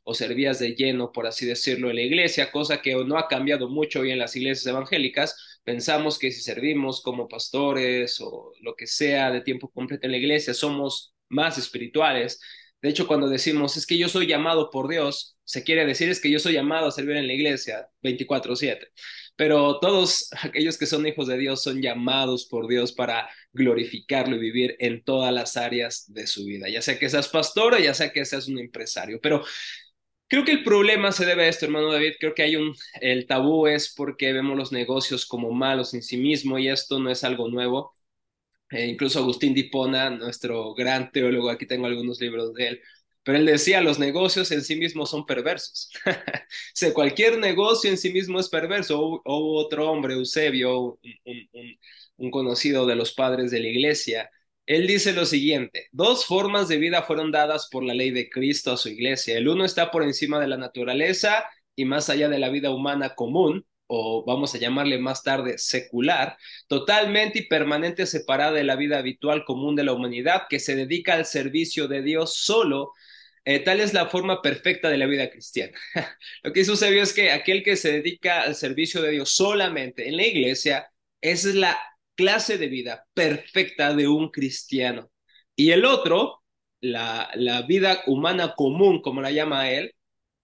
o servías de lleno, por así decirlo, en la iglesia, cosa que no ha cambiado mucho hoy en las iglesias evangélicas. Pensamos que si servimos como pastores o lo que sea de tiempo completo en la iglesia, somos más espirituales. De hecho, cuando decimos es que yo soy llamado por Dios, se quiere decir es que yo soy llamado a servir en la iglesia veinticuatro siete. Pero todos aquellos que son hijos de Dios son llamados por Dios para glorificarlo y vivir en todas las áreas de su vida, ya sea que seas pastor o ya sea que seas un empresario. Pero creo que el problema se debe a esto, hermano David. Creo que hay un, el tabú es porque vemos los negocios como malos en sí mismo y esto no es algo nuevo. Eh, incluso Agustín de Hipona, nuestro gran teólogo, aquí tengo algunos libros de él, pero él decía, los negocios en sí mismos son perversos. O sea, cualquier negocio en sí mismo es perverso. O, o otro hombre, Eusebio, un, un, un, un conocido de los padres de la iglesia, él dice lo siguiente: dos formas de vida fueron dadas por la ley de Cristo a su iglesia. El uno está por encima de la naturaleza y más allá de la vida humana común, o vamos a llamarle más tarde secular, totalmente y permanente separada de la vida habitual común de la humanidad, que se dedica al servicio de Dios solo. Eh, tal es la forma perfecta de la vida cristiana. Lo que sucedió es que aquel que se dedica al servicio de Dios solamente en la iglesia, esa es la clase de vida perfecta de un cristiano. Y el otro, la, la vida humana común, como la llama él,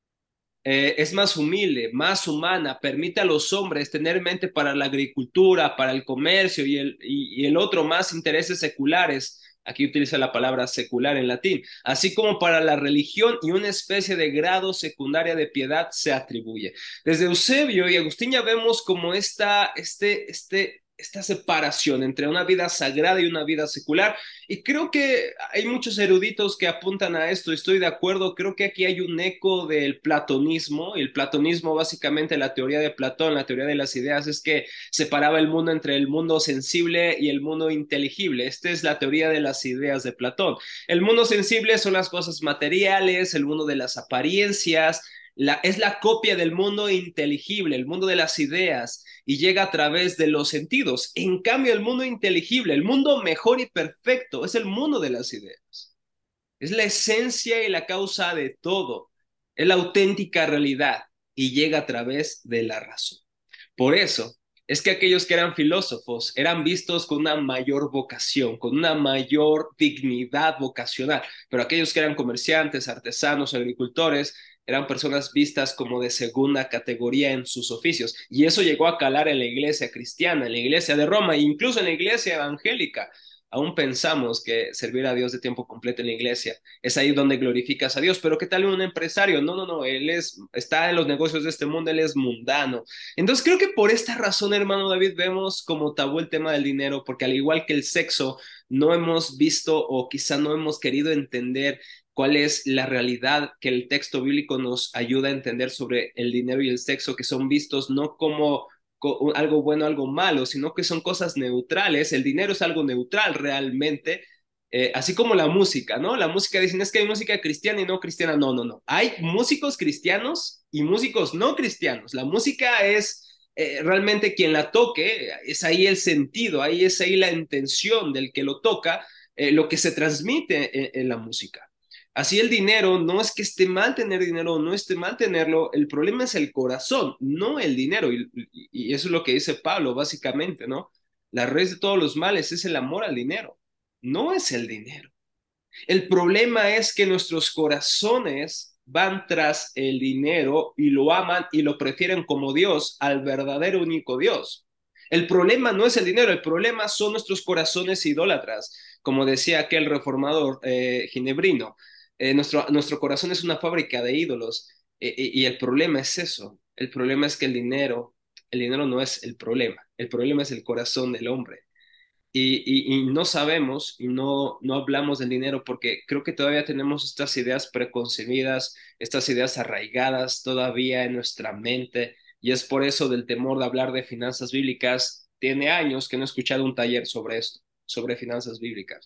eh, es más humilde, más humana, permite a los hombres tener mente para la agricultura, para el comercio y el, y, y el otro más intereses seculares. Aquí utiliza la palabra secular en latín, así como para la religión, y una especie de grado secundaria de piedad se atribuye. Desde Eusebio y Agustín ya vemos como esta, este, este, esta separación entre una vida sagrada y una vida secular, y creo que hay muchos eruditos que apuntan a esto, estoy de acuerdo. Creo que aquí hay un eco del platonismo, y el platonismo, básicamente la teoría de Platón, la teoría de las ideas, es que separaba el mundo entre el mundo sensible y el mundo inteligible. Esta es la teoría de las ideas de Platón. El mundo sensible son las cosas materiales, el mundo de las apariencias, la, es la copia del mundo inteligible, el mundo de las ideas, y llega a través de los sentidos. En cambio, el mundo inteligible, el mundo mejor y perfecto, es el mundo de las ideas. Es la esencia y la causa de todo. Es la auténtica realidad y llega a través de la razón. Por eso es que aquellos que eran filósofos eran vistos con una mayor vocación, con una mayor dignidad vocacional, pero aquellos que eran comerciantes, artesanos, agricultores, eran personas vistas como de segunda categoría en sus oficios. Y eso llegó a calar en la iglesia cristiana, en la iglesia de Roma e incluso en la iglesia evangélica. Aún pensamos que servir a Dios de tiempo completo en la iglesia es ahí donde glorificas a Dios. Pero ¿qué tal un empresario? No, no, no, él es, está en los negocios de este mundo, él es mundano. Entonces creo que por esta razón, hermano David, vemos como tabú el tema del dinero, porque al igual que el sexo, no hemos visto o quizá no hemos querido entender cuál es la realidad que el texto bíblico nos ayuda a entender sobre el dinero y el sexo, que son vistos no como algo bueno, algo malo, sino que son cosas neutrales. El dinero es algo neutral realmente, eh, así como la música, ¿no? La música, dicen, es que hay música cristiana y no cristiana. No, no, no. Hay músicos cristianos y músicos no cristianos. La música es eh, realmente quien la toque, es ahí el sentido, ahí es ahí la intención del que lo toca, eh, lo que se transmite en, en la música. Así el dinero, no es que esté mal tener dinero o no esté mal tenerlo, el problema es el corazón, no el dinero. Y, y, y eso es lo que dice Pablo, básicamente, ¿no? La raíz de todos los males es el amor al dinero, no es el dinero. El problema es que nuestros corazones van tras el dinero y lo aman y lo prefieren como Dios al verdadero único Dios. El problema no es el dinero, el problema son nuestros corazones idólatras, como decía aquel reformador eh, ginebrino. Eh, nuestro, nuestro corazón es una fábrica de ídolos, eh, y el problema es eso. El problema es que el dinero, el dinero no es el problema, el problema es el corazón del hombre. Y, y, y no sabemos y no, no hablamos del dinero porque creo que todavía tenemos estas ideas preconcebidas, estas ideas arraigadas todavía en nuestra mente, y es por eso del temor de hablar de finanzas bíblicas. Tiene años que no he escuchado un taller sobre esto, sobre finanzas bíblicas.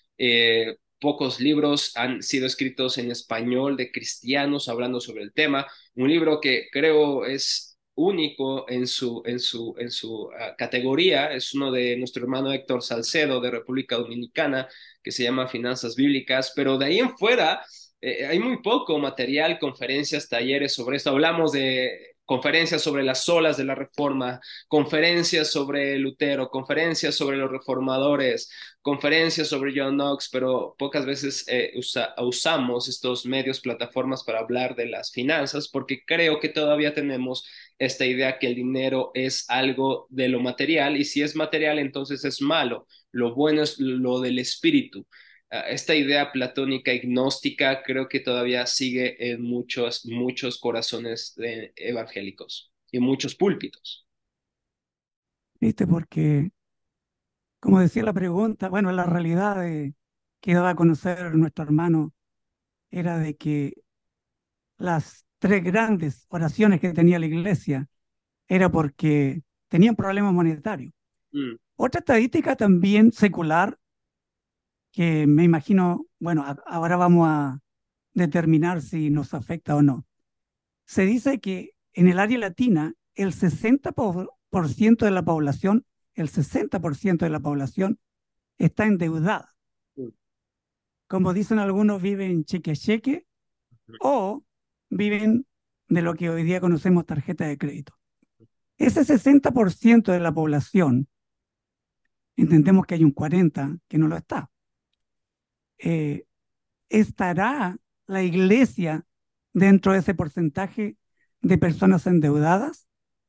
Eh, pocos libros han sido escritos en español de cristianos hablando sobre el tema. Un libro que creo es único en su, en su, en su uh, categoría es uno de nuestro hermano Héctor Salcedo de República Dominicana, que se llama Finanzas Bíblicas, pero de ahí en fuera Eh, hay muy poco material, conferencias, talleres sobre esto. Hablamos de conferencias sobre las olas de la reforma, conferencias sobre Lutero, conferencias sobre los reformadores, conferencias sobre John Knox, pero pocas veces eh, usa, usamos estos medios, plataformas para hablar de las finanzas, porque creo que todavía tenemos esta idea que el dinero es algo de lo material, y si es material, entonces es malo. Lo bueno es lo del espíritu. Uh, esta idea platónica y gnóstica creo que todavía sigue en muchos, muchos corazones de evangélicos y muchos púlpitos. ¿Viste? Porque, como decía la pregunta, bueno, la realidad de, que daba a conocer nuestro hermano era de que las tres grandes oraciones que tenía la iglesia era porque tenían problemas monetarios. Mm. Otra estadística también secular, que me imagino, bueno, a- ahora vamos a determinar si nos afecta o no. Se dice que en el área latina el sesenta por ciento de la población, el sesenta por ciento de la población está endeudada. Mm. Como dicen algunos, viven cheque a cheque o viven de lo que hoy día conocemos tarjeta de crédito. Ese sesenta por ciento de la población, entendemos que hay un cuarenta por ciento que no lo está. Eh, ¿Estará la iglesia dentro de ese porcentaje de personas endeudadas?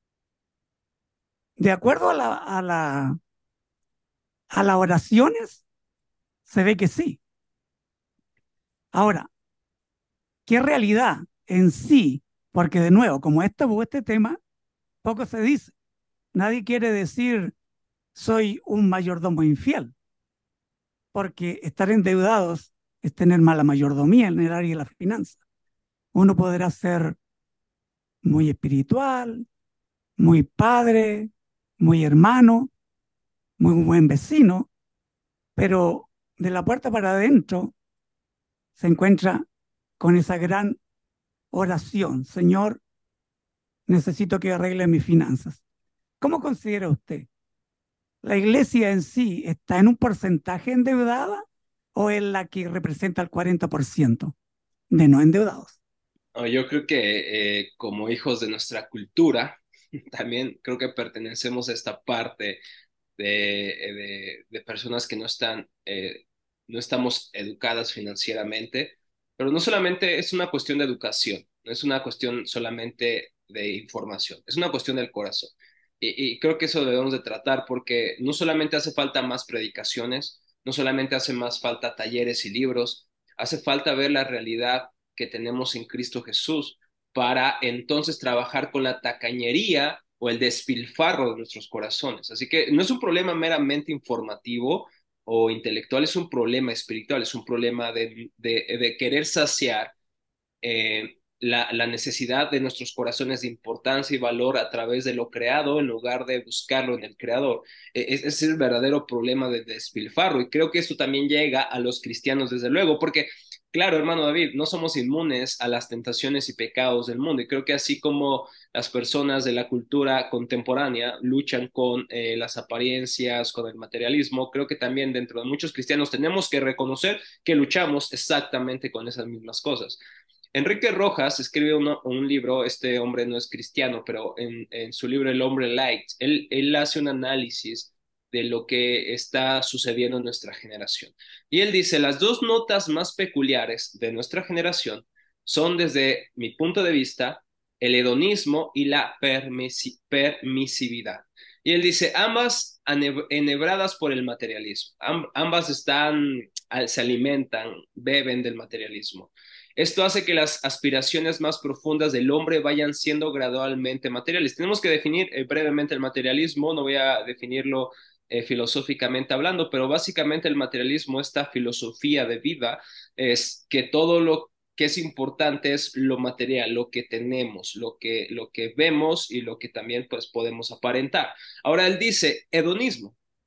De acuerdo a, la, a, la, a las oraciones, se ve que sí. Ahora, ¿qué realidad en sí? Porque de nuevo, como este, este tema, poco se dice. Nadie quiere decir soy un mayordomo infiel, porque estar endeudados es tener mala mayordomía en el área de la finanza. Uno podrá ser muy espiritual, muy padre, muy hermano, muy buen vecino, pero de la puerta para adentro se encuentra con esa gran oración: Señor, necesito que arregle mis finanzas. ¿Cómo considera usted? ¿La iglesia en sí está en un porcentaje endeudada o es la que representa el cuarenta por ciento de no endeudados? Oh, yo creo que eh, como hijos de nuestra cultura, también creo que pertenecemos a esta parte de, de, de personas que no están, eh, no estamos educadas financieramente, pero no solamente es una cuestión de educación, no es una cuestión solamente de información, es una cuestión del corazón. Y, y creo que eso debemos de tratar porque no solamente hace falta más predicaciones, no solamente hace más falta talleres y libros, hace falta ver la realidad que tenemos en Cristo Jesús para entonces trabajar con la tacañería o el despilfarro de nuestros corazones. Así que no es un problema meramente informativo o intelectual, es un problema espiritual, es un problema de, de, de querer saciar eh, la, la, necesidad de nuestros corazones de importancia y valor a través de lo creado en lugar de buscarlo en el creador. Eh, ese es el verdadero problema de despilfarro, y creo que esto también llega a los cristianos desde luego, porque claro, hermano David, no somos inmunes a las tentaciones y pecados del mundo, y creo que así como las personas de la cultura contemporánea luchan con eh, las apariencias, con el materialismo, creo que también dentro de muchos cristianos tenemos que reconocer que luchamos exactamente con esas mismas cosas. Enrique Rojas escribe uno, un libro, este hombre no es cristiano, pero en, en su libro El hombre light, él, él hace un análisis de lo que está sucediendo en nuestra generación. Y él dice, las dos notas más peculiares de nuestra generación son, desde mi punto de vista, el hedonismo y la permisi permisividad. Y él dice, ambas enhebradas por el materialismo, Am ambas están, se alimentan, beben del materialismo. Esto hace que las aspiraciones más profundas del hombre vayan siendo gradualmente materiales. Tenemos que definir eh, brevemente el materialismo, no voy a definirlo eh, filosóficamente hablando, pero básicamente el materialismo, esta filosofía de vida, es que todo lo que es importante es lo material, lo que tenemos, lo que, lo que vemos y lo que también pues podemos aparentar. Ahora él dice hedonismo.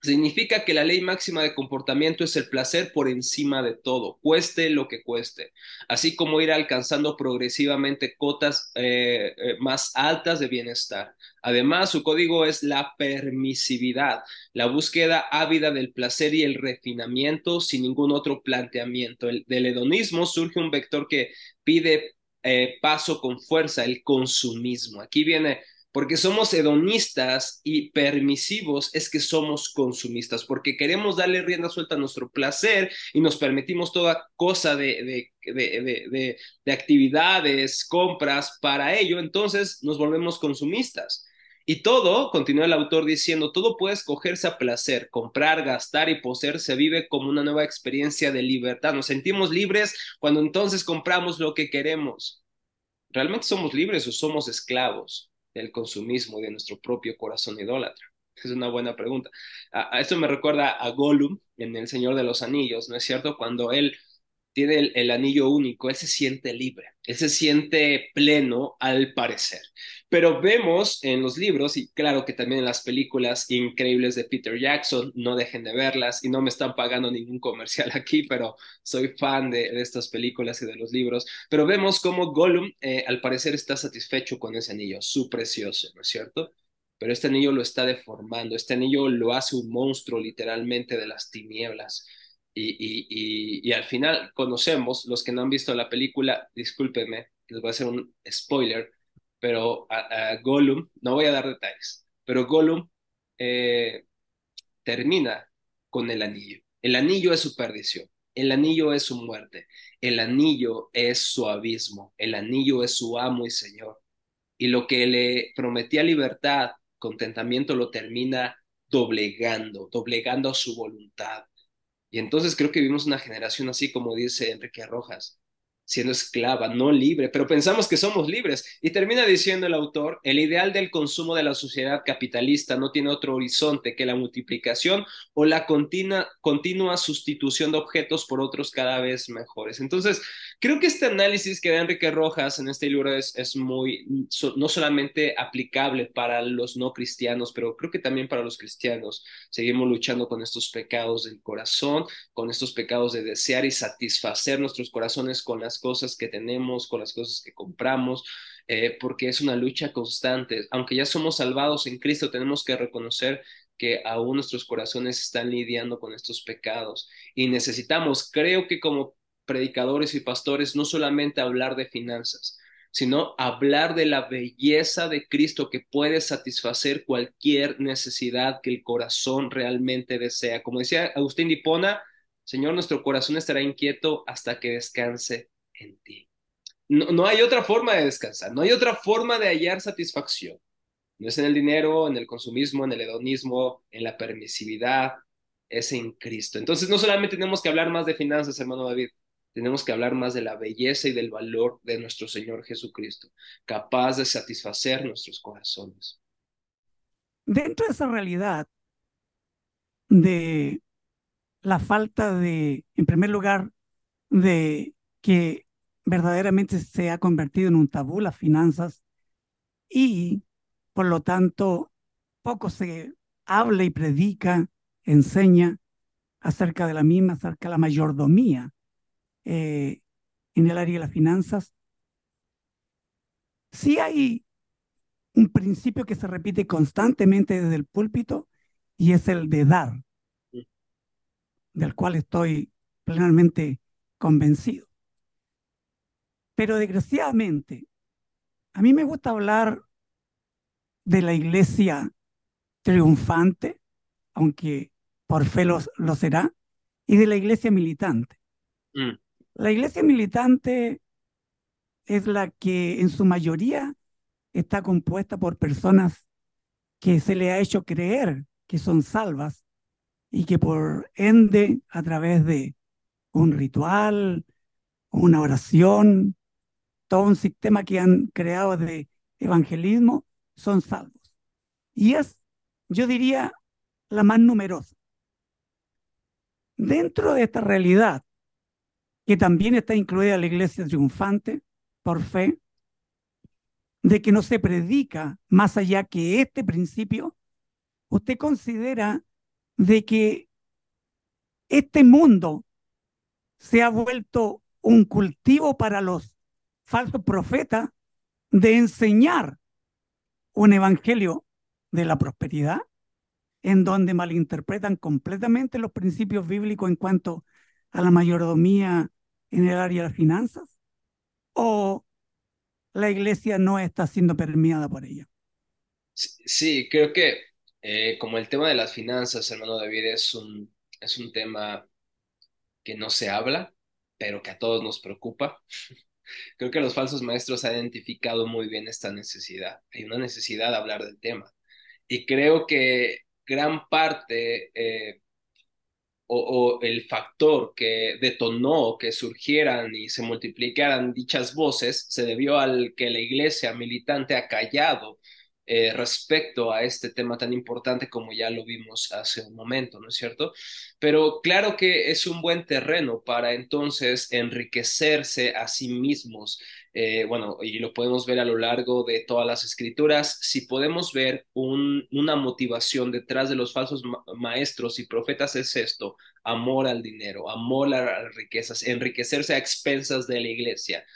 Significa que la ley máxima de comportamiento es el placer por encima de todo, cueste lo que cueste, así como ir alcanzando progresivamente cotas eh, eh, más altas de bienestar. Además, su código es la permisividad, la búsqueda ávida del placer y el refinamiento sin ningún otro planteamiento. El, del hedonismo surge un vector que pide eh, paso con fuerza, el consumismo. Aquí viene porque somos hedonistas y permisivos, es que somos consumistas, porque queremos darle rienda suelta a nuestro placer y nos permitimos toda cosa de, de, de, de, de, de actividades, compras para ello, entonces nos volvemos consumistas. Y todo, continúa el autor diciendo, todo puede escogerse a placer, comprar, gastar y poseer se vive como una nueva experiencia de libertad. Nos sentimos libres cuando entonces compramos lo que queremos. ¿Realmente somos libres o somos esclavos del consumismo y de nuestro propio corazón idólatra? Es una buena pregunta. A, a esto me recuerda a Gollum en El Señor de los Anillos, ¿no es cierto? Cuando él tiene el, el anillo único, él se siente libre, él se siente pleno al parecer. Pero vemos en los libros, y claro que también en las películas increíbles de Peter Jackson, no dejen de verlas, y no me están pagando ningún comercial aquí, pero soy fan de, de estas películas y de los libros, pero vemos cómo Gollum eh, al parecer está satisfecho con ese anillo, su precioso, ¿no es cierto? Pero este anillo lo está deformando, este anillo lo hace un monstruo literalmente de las tinieblas. Y, y, y, y al final conocemos, los que no han visto la película, discúlpenme, les voy a hacer un spoiler, pero a, a Gollum, no voy a dar detalles, pero Gollum eh, termina con el anillo. El anillo es su perdición, el anillo es su muerte, el anillo es su abismo, el anillo es su amo y señor. Y lo que le prometía libertad, contentamiento, lo termina doblegando, doblegando a su voluntad. Y entonces creo que vivimos una generación así como dice Enrique Rojas, siendo esclava, no libre, pero pensamos que somos libres. Y termina diciendo el autor, el ideal del consumo de la sociedad capitalista no tiene otro horizonte que la multiplicación o la continua, continua sustitución de objetos por otros cada vez mejores. Entonces, creo que este análisis que da Enrique Rojas en este libro es, es muy, so, no solamente aplicable para los no cristianos, pero creo que también para los cristianos. Seguimos luchando con estos pecados del corazón, con estos pecados de desear y satisfacer nuestros corazones con las cosas que tenemos, con las cosas que compramos, eh, porque es una lucha constante. Aunque ya somos salvados en Cristo, tenemos que reconocer que aún nuestros corazones están lidiando con estos pecados y necesitamos, creo que como predicadores y pastores, no solamente hablar de finanzas, sino hablar de la belleza de Cristo que puede satisfacer cualquier necesidad que el corazón realmente desea. Como decía Agustín de Hipona, Señor, nuestro corazón estará inquieto hasta que descanse en ti. No, no hay otra forma de descansar, no hay otra forma de hallar satisfacción. No es en el dinero, en el consumismo, en el hedonismo, en la permisividad, es en Cristo. Entonces no solamente tenemos que hablar más de finanzas, hermano David, tenemos que hablar más de la belleza y del valor de nuestro Señor Jesucristo, capaz de satisfacer nuestros corazones. Dentro de esa realidad de la falta de, en primer lugar, de que verdaderamente se ha convertido en un tabú las finanzas y, por lo tanto, poco se habla y predica, enseña acerca de la misma, acerca de la mayordomía eh, en el área de las finanzas. Sí hay un principio que se repite constantemente desde el púlpito y es el de dar, del cual estoy plenamente convencido. Pero desgraciadamente, a mí me gusta hablar de la iglesia triunfante, aunque por fe lo, lo será, y de la iglesia militante. Mm. La iglesia militante es la que en su mayoría está compuesta por personas que se le ha hecho creer que son salvas y que por ende, a través de un ritual, una oración, todo un sistema que han creado de evangelismo, son salvos. Y es, yo diría, la más numerosa. Dentro de esta realidad, que también está incluida la iglesia triunfante por fe, de que no se predica más allá que este principio, ¿usted considera de que este mundo se ha vuelto un cultivo para los falsos profetas de enseñar un evangelio de la prosperidad, en donde malinterpretan completamente los principios bíblicos en cuanto a la mayordomía en el área de las finanzas, o la iglesia no está siendo permeada por ella. Sí, sí, creo que eh, como el tema de las finanzas, hermano David, es un, es un tema que no se habla, pero que a todos nos preocupa. Creo que los falsos maestros han identificado muy bien esta necesidad. Hay una necesidad de hablar del tema. Y creo que gran parte eh, o, o el factor que detonó que surgieran y se multiplicaran dichas voces se debió al que la iglesia militante ha callado eh, respecto a este tema tan importante como ya lo vimos hace un momento, ¿no es cierto? Pero claro que es un buen terreno para entonces enriquecerse a sí mismos. Eh, bueno, y lo podemos ver a lo largo de todas las escrituras. Si podemos ver un, una motivación detrás de los falsos ma maestros y profetas es esto: amor al dinero, amor a las riquezas, enriquecerse a expensas de la iglesia.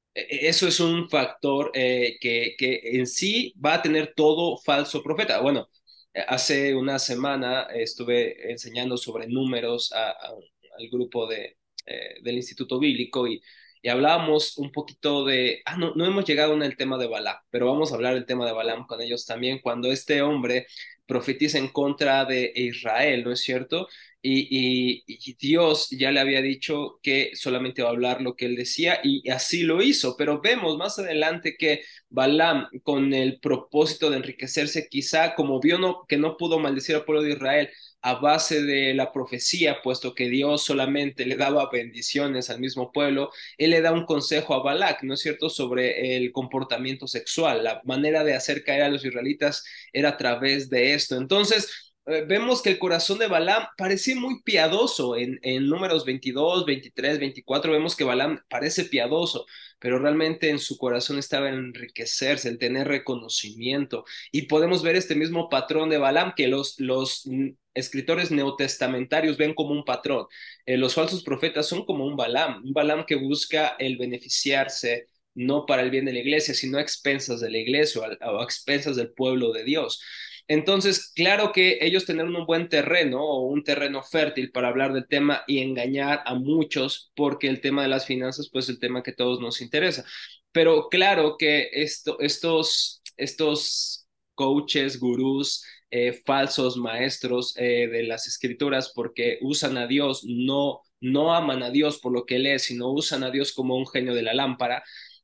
Eso es un factor eh, que, que en sí va a tener todo falso profeta. Bueno, hace una semana estuve enseñando sobre números a, a, al grupo de, eh, del Instituto Bíblico y, y hablábamos un poquito de, ah, no, no hemos llegado en el tema de Balaam, pero vamos a hablar del tema de Balaam con ellos también, cuando este hombre profetiza en contra de Israel, ¿no es cierto? Y, y, y, Dios ya le había dicho que solamente va a hablar lo que él decía y así lo hizo, pero vemos más adelante que Balaam, con el propósito de enriquecerse, quizá como vio no, que no pudo maldecir al pueblo de Israel a base de la profecía, puesto que Dios solamente le daba bendiciones al mismo pueblo, él le da un consejo a Balac, ¿no es cierto?, sobre el comportamiento sexual, la manera de hacer caer a los israelitas era a través de esto. Entonces, eh, vemos que el corazón de Balaam parece muy piadoso en, en números veintidós, veintitrés, veinticuatro, vemos que Balaam parece piadoso, pero realmente en su corazón estaba en enriquecerse, en tener reconocimiento. Y podemos ver este mismo patrón de Balaam que los, los mm, escritores neotestamentarios ven como un patrón. Eh, los falsos profetas son como un Balaam, un Balaam que busca el beneficiarse no para el bien de la iglesia, sino a expensas de la iglesia o a, o a expensas del pueblo de Dios. Entonces, claro que ellos tener un buen terreno o un terreno fértil para hablar del tema y engañar a muchos, porque el tema de las finanzas, pues el tema que a todos nos interesa. Pero claro que esto, estos, estos coaches, gurús, eh, falsos maestros eh, de las escrituras, porque usan a Dios, no, no aman a Dios por lo que lee, sino usan a Dios como un genio de la lámpara,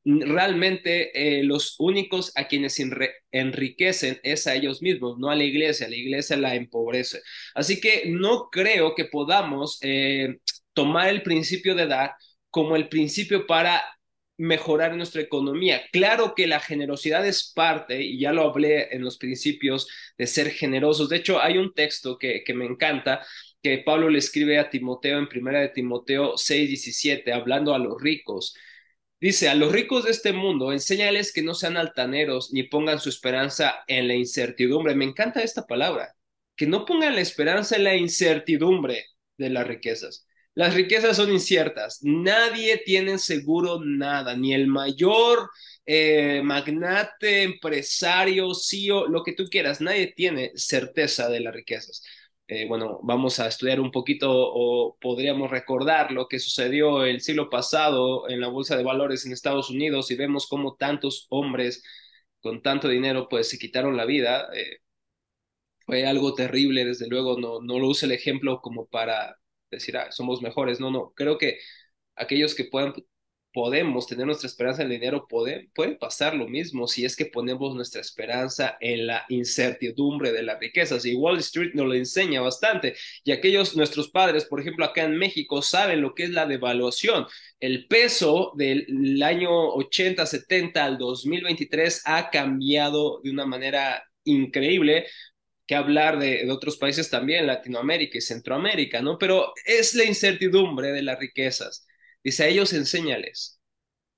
realmente eh, los únicos a quienes enriquecen es a ellos mismos, no a la iglesia, la iglesia la empobrece. Así que no creo que podamos eh, tomar el principio de dar como el principio para mejorar nuestra economía. Claro que la generosidad es parte, y ya lo hablé en los principios de ser generosos. De hecho, hay un texto que, que me encanta, que Pablo le escribe a Timoteo en primera de Timoteo seis diecisiete, hablando a los ricos. Dice, a los ricos de este mundo, enséñales que no sean altaneros ni pongan su esperanza en la incertidumbre. Me encanta esta palabra, que no pongan la esperanza en la incertidumbre de las riquezas. Las riquezas son inciertas, nadie tiene seguro nada, ni el mayor eh, magnate, empresario, C E O, lo que tú quieras, nadie tiene certeza de las riquezas. Eh, bueno, vamos a estudiar un poquito o podríamos recordar lo que sucedió el siglo pasado en la bolsa de valores en Estados Unidos y vemos cómo tantos hombres con tanto dinero pues se quitaron la vida. Eh, fue algo terrible, desde luego, no, no lo use el ejemplo como para decir, ah, somos mejores, no, no, creo que aquellos que puedan, podemos tener nuestra esperanza en el dinero, puede, puede pasar lo mismo si es que ponemos nuestra esperanza en la incertidumbre de las riquezas. Y Wall Street nos lo enseña bastante. Y aquellos, nuestros padres, por ejemplo, acá en México, saben lo que es la devaluación. El peso del año ochenta, setenta al dos mil veintitrés ha cambiado de una manera increíble, que hablar de, de, otros países también, Latinoamérica y Centroamérica, ¿no? Pero es la incertidumbre de las riquezas. Dice, a ellos enséñales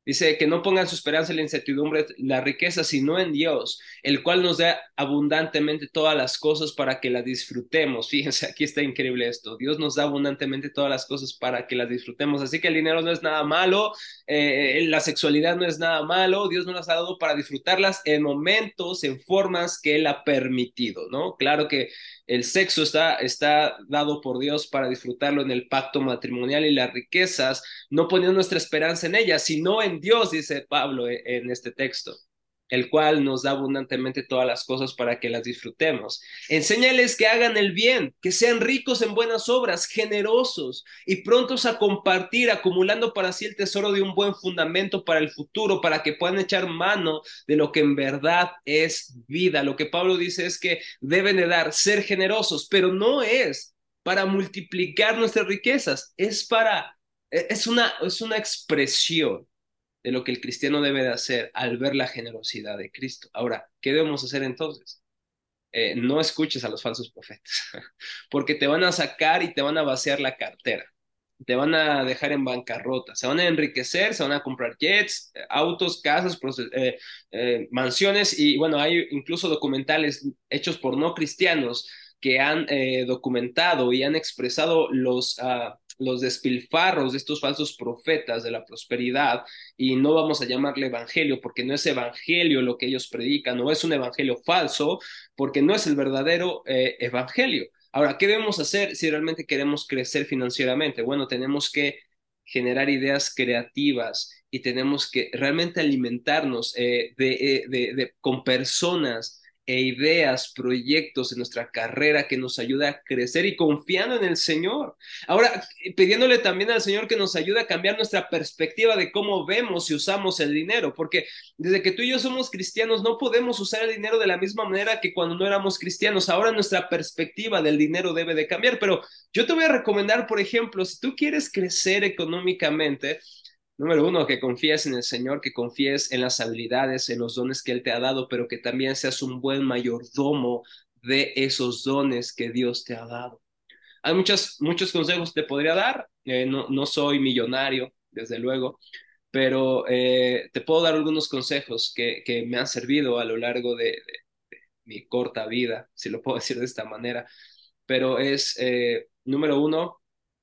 Dice que no pongan su esperanza en la incertidumbre, la riqueza, sino en Dios, el cual nos da abundantemente todas las cosas para que las disfrutemos. Fíjense, aquí está increíble esto. Dios nos da abundantemente todas las cosas para que las disfrutemos. Así que el dinero no es nada malo, eh, la sexualidad no es nada malo. Dios nos las ha dado para disfrutarlas en momentos, en formas que Él ha permitido, ¿no? Claro que el sexo está, está dado por Dios para disfrutarlo en el pacto matrimonial, y las riquezas no poniendo nuestra esperanza en ellas, sino en Dios, dice Pablo en este texto, el cual nos da abundantemente todas las cosas para que las disfrutemos. Enséñales que hagan el bien, que sean ricos en buenas obras, generosos y prontos a compartir, acumulando para sí el tesoro de un buen fundamento para el futuro, para que puedan echar mano de lo que en verdad es vida. Lo que Pablo dice es que deben de dar, ser generosos, pero no es para multiplicar nuestras riquezas, es para, es una, es una expresión de lo que el cristiano debe de hacer al ver la generosidad de Cristo. Ahora, ¿qué debemos hacer entonces? Eh, no escuches a los falsos profetas, porque te van a sacar y te van a vaciar la cartera, te van a dejar en bancarrota, se van a enriquecer, se van a comprar jets, autos, casas, eh, eh, mansiones, y bueno, hay incluso documentales hechos por no cristianos que han eh, documentado y han expresado los... Uh, los despilfarros de estos falsos profetas de la prosperidad, y no vamos a llamarle evangelio porque no es evangelio lo que ellos predican, no es un evangelio falso porque no es el verdadero eh, evangelio. Ahora, ¿qué debemos hacer si realmente queremos crecer financieramente? Bueno, tenemos que generar ideas creativas y tenemos que realmente alimentarnos eh, de, eh, de, de, con personas e ideas, proyectos en nuestra carrera que nos ayuda a crecer y confiando en el Señor. Ahora, pidiéndole también al Señor que nos ayude a cambiar nuestra perspectiva de cómo vemos y usamos el dinero, porque desde que tú y yo somos cristianos no podemos usar el dinero de la misma manera que cuando no éramos cristianos. Ahora nuestra perspectiva del dinero debe de cambiar, pero yo te voy a recomendar, por ejemplo, si tú quieres crecer económicamente, número uno, que confíes en el Señor, que confíes en las habilidades, en los dones que Él te ha dado, pero que también seas un buen mayordomo de esos dones que Dios te ha dado. Hay muchos, muchos consejos que te podría dar. Eh, no, no soy millonario, desde luego, pero eh, te puedo dar algunos consejos que, que me han servido a lo largo de, de, de mi corta vida, si lo puedo decir de esta manera. Pero es, eh, número uno,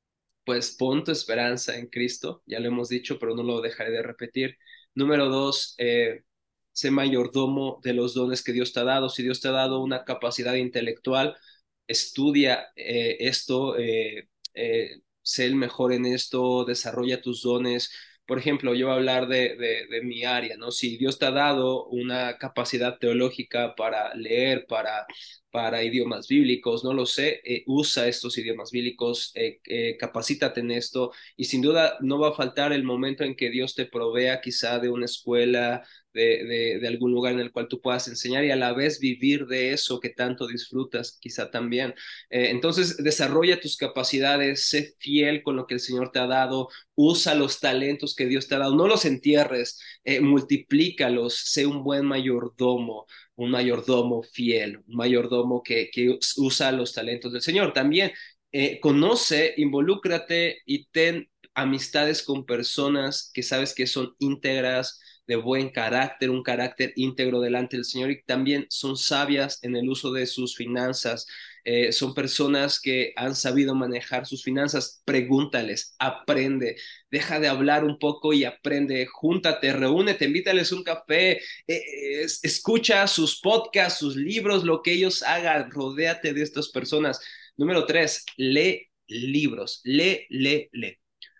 pues pon tu esperanza en Cristo, ya lo hemos dicho, pero no lo dejaré de repetir. Número dos, eh, sé mayordomo de los dones que Dios te ha dado. Si Dios te ha dado una capacidad intelectual, estudia eh, esto, eh, eh, sé el mejor en esto, desarrolla tus dones. Por ejemplo, yo voy a hablar de, de, de mi área, ¿no? Si Dios te ha dado una capacidad teológica para leer, para para idiomas bíblicos, no lo sé, eh, usa estos idiomas bíblicos, eh, eh, capacítate en esto, y sin duda no va a faltar el momento en que Dios te provea quizá de una escuela, de, de, de algún lugar en el cual tú puedas enseñar y a la vez vivir de eso que tanto disfrutas quizá también. Eh, entonces desarrolla tus capacidades, sé fiel con lo que el Señor te ha dado, usa los talentos que Dios te ha dado, no los entierres, eh, multiplícalos, sé un buen mayordomo, un mayordomo fiel, un mayordomo que, que usa los talentos del Señor. También eh, conoce, involúcrate y ten amistades con personas que sabes que son íntegras, de buen carácter, un carácter íntegro delante del Señor, y también son sabias en el uso de sus finanzas. Eh, son personas que han sabido manejar sus finanzas. Pregúntales, aprende, deja de hablar un poco y aprende, júntate, reúnete, invítales un café, eh, escucha sus podcasts, sus libros, lo que ellos hagan, rodéate de estas personas. Número tres, lee libros, lee, lee, lee.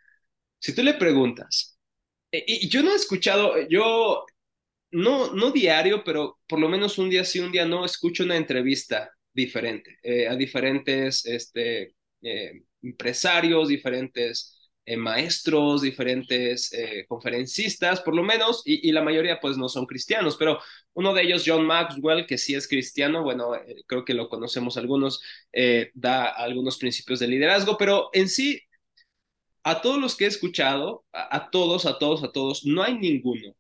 Si tú le preguntas, y yo no he escuchado, yo no, no diario, pero por lo menos un día sí, un día no, escucho una entrevista diferente, eh, a diferentes este, eh, empresarios, diferentes eh, maestros, diferentes eh, conferencistas, por lo menos, y, y la mayoría pues no son cristianos, pero uno de ellos, John Maxwell, que sí es cristiano, bueno, eh, creo que lo conocemos algunos, eh, da algunos principios de liderazgo, pero en sí, a todos los que he escuchado, a, a todos, a todos, a todos, no hay ninguno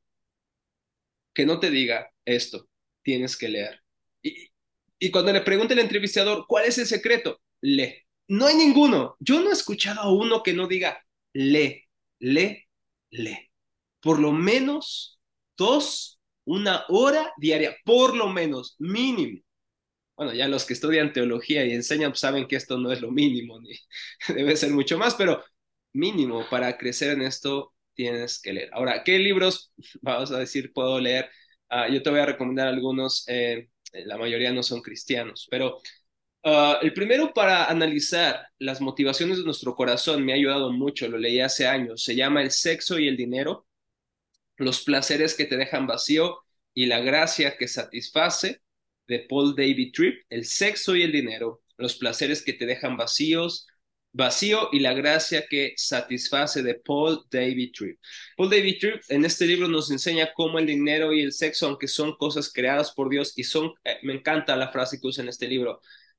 que no te diga esto, tienes que leer. Y, y cuando le pregunte al entrevistador, ¿cuál es el secreto? Lee. No hay ninguno. Yo no he escuchado a uno que no diga, lee, lee, lee. por lo menos dos, una hora diaria, por lo menos, mínimo. Bueno, ya los que estudian teología y enseñan pues, saben que esto no es lo mínimo, ni debe ser mucho más, pero mínimo para crecer en esto tienes que leer. Ahora, ¿qué libros, vamos a decir, puedo leer? Uh, yo te voy a recomendar algunos, eh, la mayoría no son cristianos, pero uh, el primero para analizar las motivaciones de nuestro corazón me ha ayudado mucho, lo leí hace años, se llama El sexo y el dinero, los placeres que te dejan vacío y la gracia que satisface, de Paul David Tripp, El sexo y el dinero, los placeres que te dejan vacíos, vacío y la gracia que satisface, de Paul David Tripp. Paul David Tripp en este libro nos enseña cómo el dinero y el sexo, aunque son cosas creadas por Dios y son, eh, me encanta la frase que usa en este libro,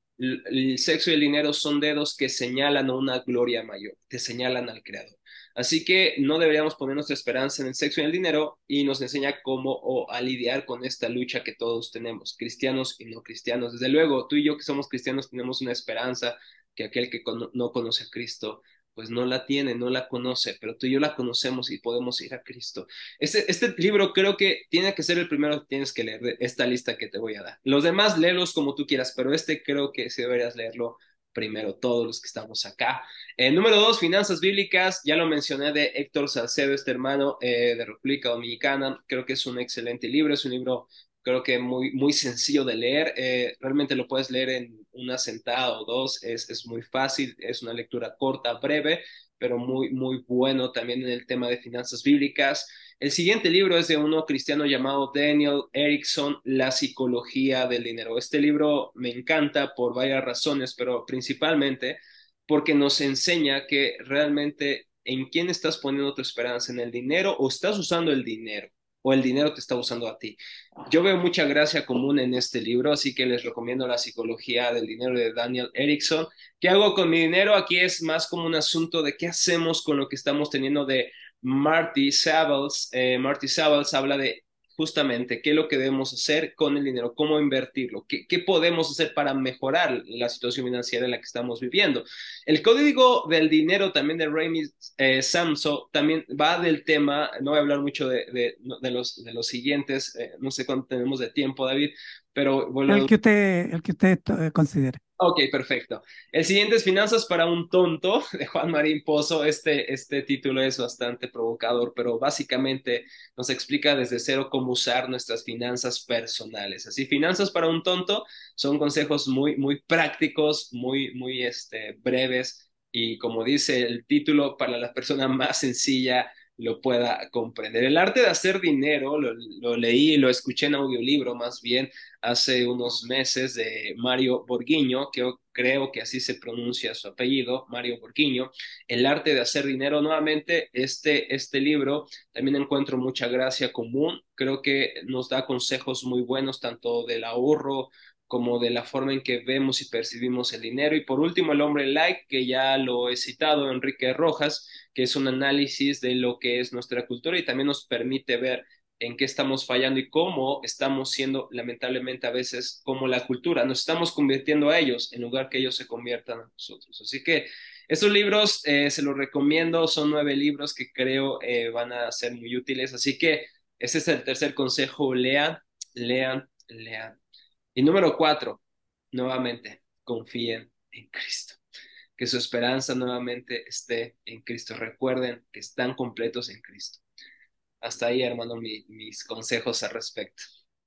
el sexo y el dinero son dedos que señalan a una gloria mayor, te señalan al Creador. Así que no deberíamos poner nuestra esperanza en el sexo y en el dinero y nos enseña cómo o a lidiar con esta lucha que todos tenemos, cristianos y no cristianos. Desde luego, tú y yo que somos cristianos tenemos una esperanza que aquel que con no conoce a Cristo pues no la tiene, no la conoce, pero tú y yo la conocemos y podemos ir a Cristo. Este, este libro creo que tiene que ser el primero que tienes que leer de esta lista que te voy a dar. Los demás léelos como tú quieras, pero este creo que sí deberías leerlo primero, todos los que estamos acá. Eh, número dos, Finanzas Bíblicas. Ya lo mencioné de Héctor Salcedo, este hermano eh, de República Dominicana. Creo que es un excelente libro, es un libro creo que muy, muy sencillo de leer, eh, realmente lo puedes leer en una sentada o dos, es, es muy fácil, es una lectura corta, breve, pero muy, muy bueno también en el tema de finanzas bíblicas. El siguiente libro es de uno cristiano llamado Daniel Erickson, La psicología del dinero. Este libro me encanta por varias razones, pero principalmente porque nos enseña que realmente en quién estás poniendo tu esperanza, en el dinero o estás usando el dinero o el dinero te está usando a ti. Yo veo mucha gracia común en este libro, así que les recomiendo La psicología del dinero de Daniel Erickson. ¿Qué hago con mi dinero? Aquí es más como un asunto de qué hacemos con lo que estamos teniendo de Marty Sables. Eh, Marty Sables habla de justamente qué es lo que debemos hacer con el dinero, cómo invertirlo, qué, qué podemos hacer para mejorar la situación financiera en la que estamos viviendo. El código del dinero también de Remy eh, Samso también va del tema, no voy a hablar mucho de, de, de, los, de los siguientes, eh, no sé cuánto tenemos de tiempo, David, pero bueno. El que usted, el que usted eh, considere. Ok, perfecto. El siguiente es Finanzas para un tonto, de Juan Marín Pozo. Este, este título es bastante provocador, pero básicamente nos explica desde cero cómo usar nuestras finanzas personales. Así, Finanzas para un tonto son consejos muy, muy prácticos, muy, muy este, breves y como dice el título, para la persona más sencilla lo pueda comprender. El arte de hacer dinero, lo, lo leí, lo escuché en audiolibro más bien, hace unos meses de Mario Borghiño, que yo creo que así se pronuncia su apellido, Mario Borghiño, El arte de hacer dinero. Nuevamente, este, este libro también encuentro mucha gracia común, creo que nos da consejos muy buenos tanto del ahorro como de la forma en que vemos y percibimos el dinero. Y por último, El hombre like, que ya lo he citado, Enrique Rojas, que es un análisis de lo que es nuestra cultura y también nos permite ver en qué estamos fallando y cómo estamos siendo, lamentablemente, a veces como la cultura. Nos estamos convirtiendo a ellos en lugar que ellos se conviertan a nosotros. Así que estos libros eh, se los recomiendo. Son nueve libros que creo eh, van a ser muy útiles. Así que ese es el tercer consejo. Lean, lean, lean. Y número cuatro, nuevamente, confíen en Cristo. Que su esperanza nuevamente esté en Cristo. Recuerden que están completos en Cristo. Hasta ahí, hermano, mi, mis consejos al respecto.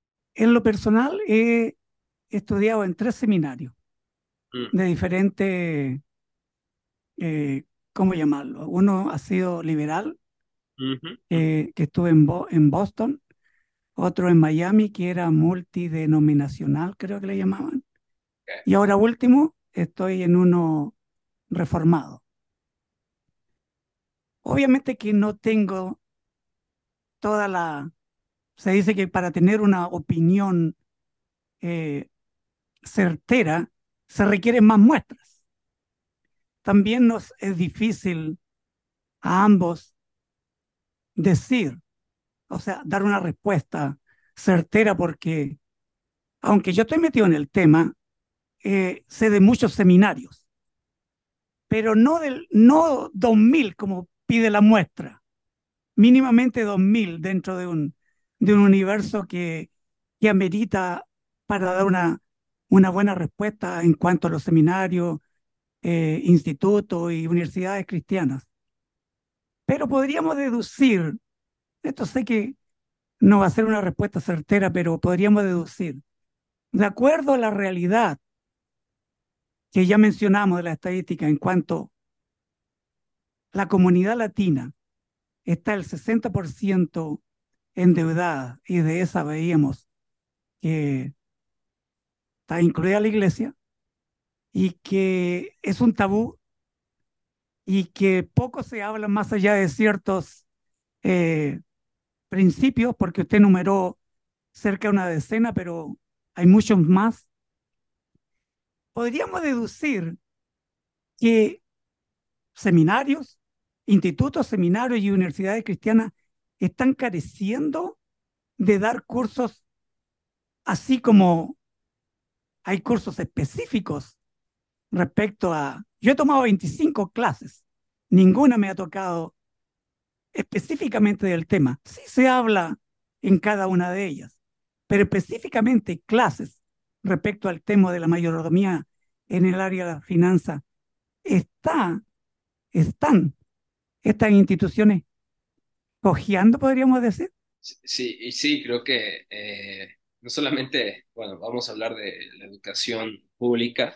En lo personal, he estudiado en tres seminarios Mm. de diferentes, eh, ¿cómo llamarlo? Uno ha sido liberal, Uh-huh. eh, que estuve en, Bo en Boston, otro en Miami, que era multidenominacional, creo que le llamaban, Okay. y ahora último, estoy en uno reformado. Obviamente que no tengo toda la... Se dice que para tener una opinión eh, certera se requieren más muestras. También nos es difícil a ambos decir, o sea, dar una respuesta certera porque, aunque yo estoy metido en el tema, eh, sé de muchos seminarios, pero no, del, no dos mil como pide la muestra, mínimamente dos mil dentro de un, de un universo que, que amerita para dar una, una buena respuesta en cuanto a los seminarios, eh, institutos y universidades cristianas. Pero podríamos deducir, esto sé que no va a ser una respuesta certera, pero podríamos deducir, de acuerdo a la realidad que ya mencionamos de la estadística en cuanto a la comunidad latina está el sesenta por ciento endeudada y de esa veíamos que está incluida la iglesia y que es un tabú y que poco se habla más allá de ciertos eh, principios, porque usted numeró cerca de una decena, pero hay muchos más. Podríamos deducir que seminarios, institutos, seminarios y universidades cristianas están careciendo de dar cursos, así como hay cursos específicos respecto a... Yo he tomado veinticinco clases, ninguna me ha tocado específicamente del tema. Sí se habla en cada una de ellas, pero específicamente clases respecto al tema de la mayordomía en el área de la finanza, está, están estas instituciones cojeando, podríamos decir. Sí, y sí, creo que eh, no solamente, bueno, vamos a hablar de la educación pública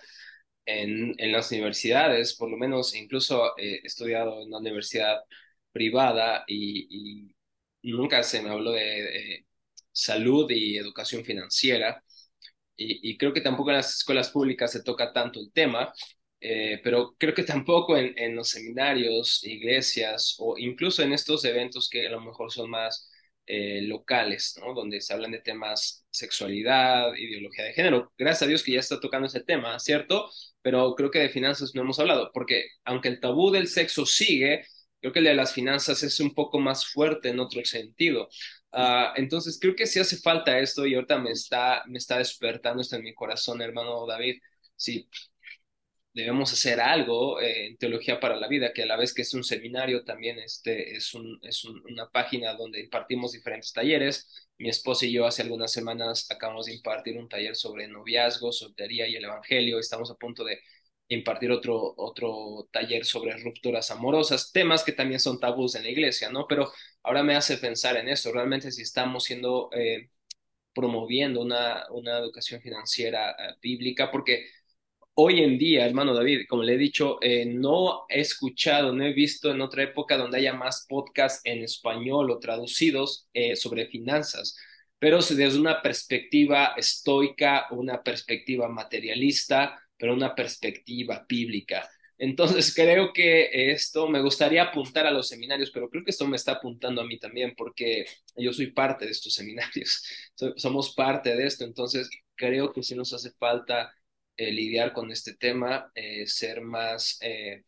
en, en las universidades, por lo menos incluso eh, he estudiado en una universidad privada y, y nunca se me habló de, de salud y educación financiera. Y, y creo que tampoco en las escuelas públicas se toca tanto el tema, eh, pero creo que tampoco en, en los seminarios, iglesias o incluso en estos eventos que a lo mejor son más eh, locales, ¿no? Donde se hablan de temas sexualidad, ideología de género. Gracias a Dios que ya está tocando ese tema, ¿cierto? Pero creo que de finanzas no hemos hablado, porque aunque el tabú del sexo sigue, creo que el de las finanzas es un poco más fuerte en otro sentido. Uh, entonces creo que sí hace falta esto y ahorita me está, me está despertando esto en mi corazón, hermano David. Sí, debemos hacer algo eh, en Teología para la Vida, que a la vez que es un seminario, también este, es, un, es un, una página donde impartimos diferentes talleres. Mi esposa y yo hace algunas semanas acabamos de impartir un taller sobre noviazgo, soltería y el Evangelio. Estamos a punto de impartir otro, otro taller sobre rupturas amorosas, temas que también son tabús en la iglesia, ¿no? Pero ahora me hace pensar en esto, realmente si estamos siendo, eh, promoviendo una, una educación financiera eh, bíblica, porque hoy en día, hermano David, como le he dicho, eh, no he escuchado, no he visto en otra época donde haya más podcasts en español o traducidos eh, sobre finanzas, pero si desde una perspectiva estoica, una perspectiva materialista, pero una perspectiva bíblica. Entonces creo que esto me gustaría apuntar a los seminarios, pero creo que esto me está apuntando a mí también, porque yo soy parte de estos seminarios, so- somos parte de esto, entonces creo que sí nos hace falta eh, lidiar con este tema, eh, ser más, eh,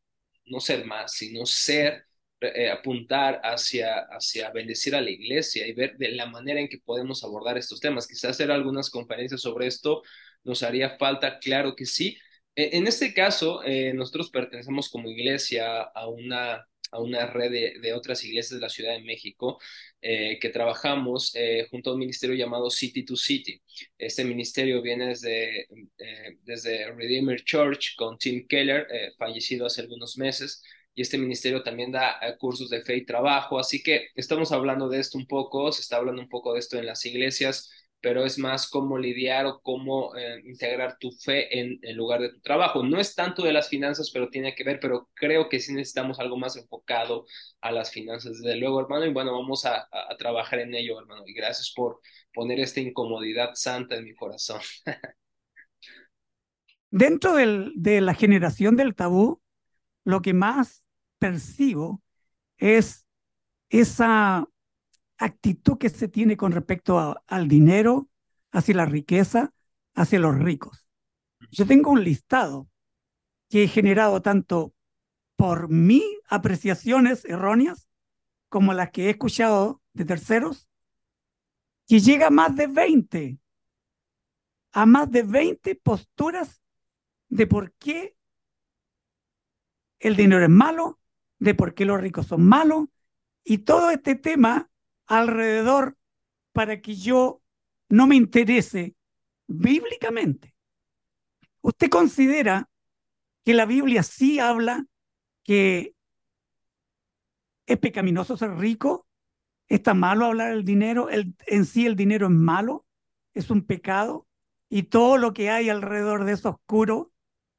no ser más, sino ser, eh, apuntar hacia, hacia bendecir a la iglesia y ver de la manera en que podemos abordar estos temas. Quizás hacer algunas conferencias sobre esto nos haría falta, claro que sí. Eh, en este caso, eh, nosotros pertenecemos como iglesia a una, a una red de, de otras iglesias de la Ciudad de México eh, que trabajamos eh, junto a un ministerio llamado City to City. Este ministerio viene desde, eh, desde Redeemer Church con Tim Keller, eh, fallecido hace algunos meses, y este ministerio también da eh, cursos de fe y trabajo, así que estamos hablando de esto un poco, se está hablando un poco de esto en las iglesias, pero es más cómo lidiar o cómo eh, integrar tu fe en, en lugar de tu trabajo. No es tanto de las finanzas, pero tiene que ver, pero creo que sí necesitamos algo más enfocado a las finanzas, desde luego, hermano, y bueno, vamos a, a, a trabajar en ello, hermano, y gracias por poner esta incomodidad santa en mi corazón. Dentro del, de la generación del tabú, lo que más percibo es esa actitud que se tiene con respecto a- al dinero, hacia la riqueza, hacia los ricos. Yo tengo un listado que he generado tanto por mis apreciaciones erróneas como las que he escuchado de terceros, que llega a más de veinte, a más de veinte posturas de por qué el dinero es malo, de por qué los ricos son malos, Y todo este tema alrededor para que yo no me interese bíblicamente. ¿Usted considera que la Biblia sí habla que es pecaminoso ser rico? ¿Está malo hablar del dinero? El, en sí el dinero es malo, es un pecado, y todo lo que hay alrededor de eso oscuro.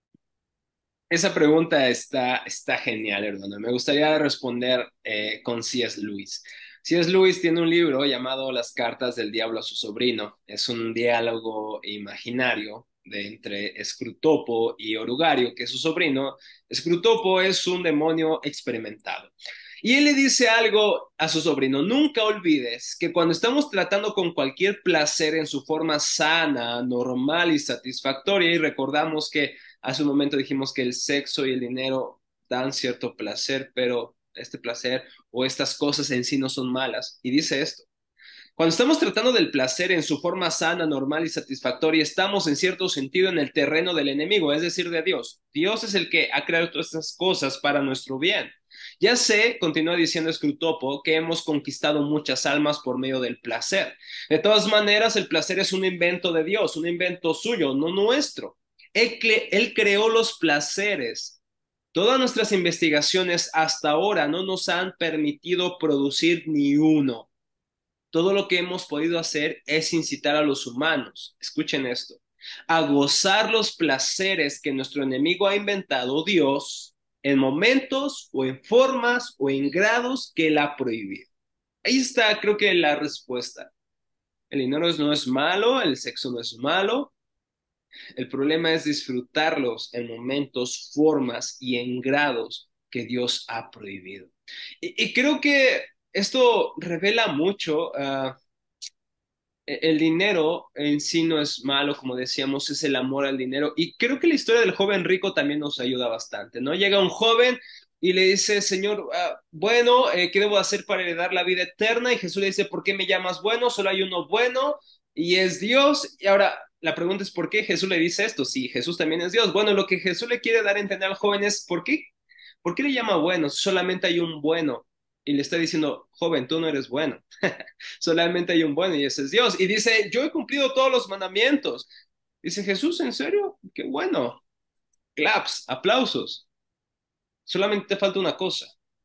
Esa pregunta está, está genial, hermano. Me gustaría responder eh, con C S. Lewis. C S. Lewis tiene un libro llamado Las cartas del diablo a su sobrino. Es un diálogo imaginario de entre Scrutopo y Orugario, que es su sobrino. Scrutopo es un demonio experimentado. Y él le dice algo a su sobrino: nunca olvides que cuando estamos tratando con cualquier placer en su forma sana, normal y satisfactoria, y recordamos que hace un momento dijimos que el sexo y el dinero dan cierto placer, pero este placer o estas cosas en sí no son malas. Y dice esto: cuando estamos tratando del placer en su forma sana, normal y satisfactoria, estamos en cierto sentido en el terreno del enemigo, es decir, de Dios. Dios es el que ha creado todas estas cosas para nuestro bien. Ya sé, continúa diciendo Scrutopo, que hemos conquistado muchas almas por medio del placer. De todas maneras, el placer es un invento de Dios, un invento suyo, no nuestro. Él, él creó los placeres. Todas nuestras investigaciones hasta ahora no nos han permitido producir ni uno. Todo lo que hemos podido hacer es incitar a los humanos, escuchen esto, a gozar los placeres que nuestro enemigo ha inventado, Dios, en momentos o en formas o en grados que él ha prohibido. Ahí está, creo que la respuesta. El dinero no es malo, el sexo no es malo. El problema es disfrutarlos en momentos, formas y en grados que Dios ha prohibido. Y, y creo que esto revela mucho. Uh, el dinero en sí no es malo, como decíamos, es el amor al dinero. Y creo que la historia del joven rico también nos ayuda bastante, ¿no? Llega un joven y le dice: Señor, uh, bueno, eh, ¿qué debo hacer para heredar la vida eterna? Y Jesús le dice: ¿por qué me llamas bueno? Solo hay uno bueno y es Dios. Y ahora la pregunta es: ¿por qué Jesús le dice esto? Si Jesús también es Dios. Bueno, lo que Jesús le quiere dar a entender al joven es: ¿por qué? ¿Por qué le llama bueno? Solamente hay un bueno. Y le está diciendo: joven, tú no eres bueno. Solamente hay un bueno y ese es Dios. Y dice: yo he cumplido todos los mandamientos. Dice Jesús: ¿en serio? Qué bueno. Claps, aplausos. Solamente te falta una cosa.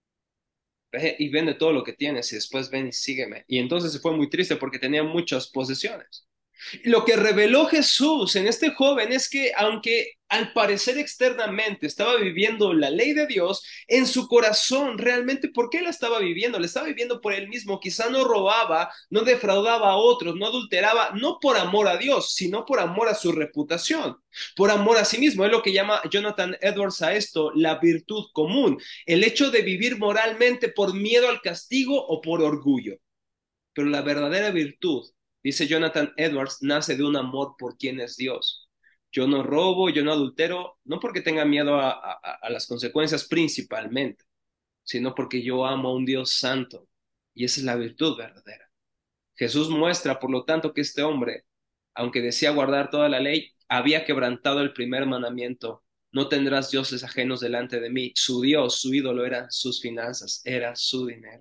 Ve y vende todo lo que tienes y después ven y sígueme. Y entonces se fue muy triste porque tenía muchas posesiones. Lo que reveló Jesús en este joven es que, aunque al parecer externamente estaba viviendo la ley de Dios, en su corazón realmente, ¿por qué la estaba viviendo? La estaba viviendo por él mismo. Quizá no robaba, no defraudaba a otros, no adulteraba, no por amor a Dios, sino por amor a su reputación, por amor a sí mismo. Es lo que llama Jonathan Edwards a esto la virtud común, el hecho de vivir moralmente por miedo al castigo o por orgullo. Pero la verdadera virtud, dice Jonathan Edwards, nace de un amor por quien es Dios. Yo no robo, yo no adultero, no porque tenga miedo a, a, a las consecuencias principalmente, sino porque yo amo a un Dios santo. Y esa es la virtud verdadera. Jesús muestra, por lo tanto, que este hombre, aunque decía guardar toda la ley, había quebrantado el primer mandamiento: no tendrás dioses ajenos delante de mí. Su Dios, su ídolo, eran sus finanzas, era su dinero.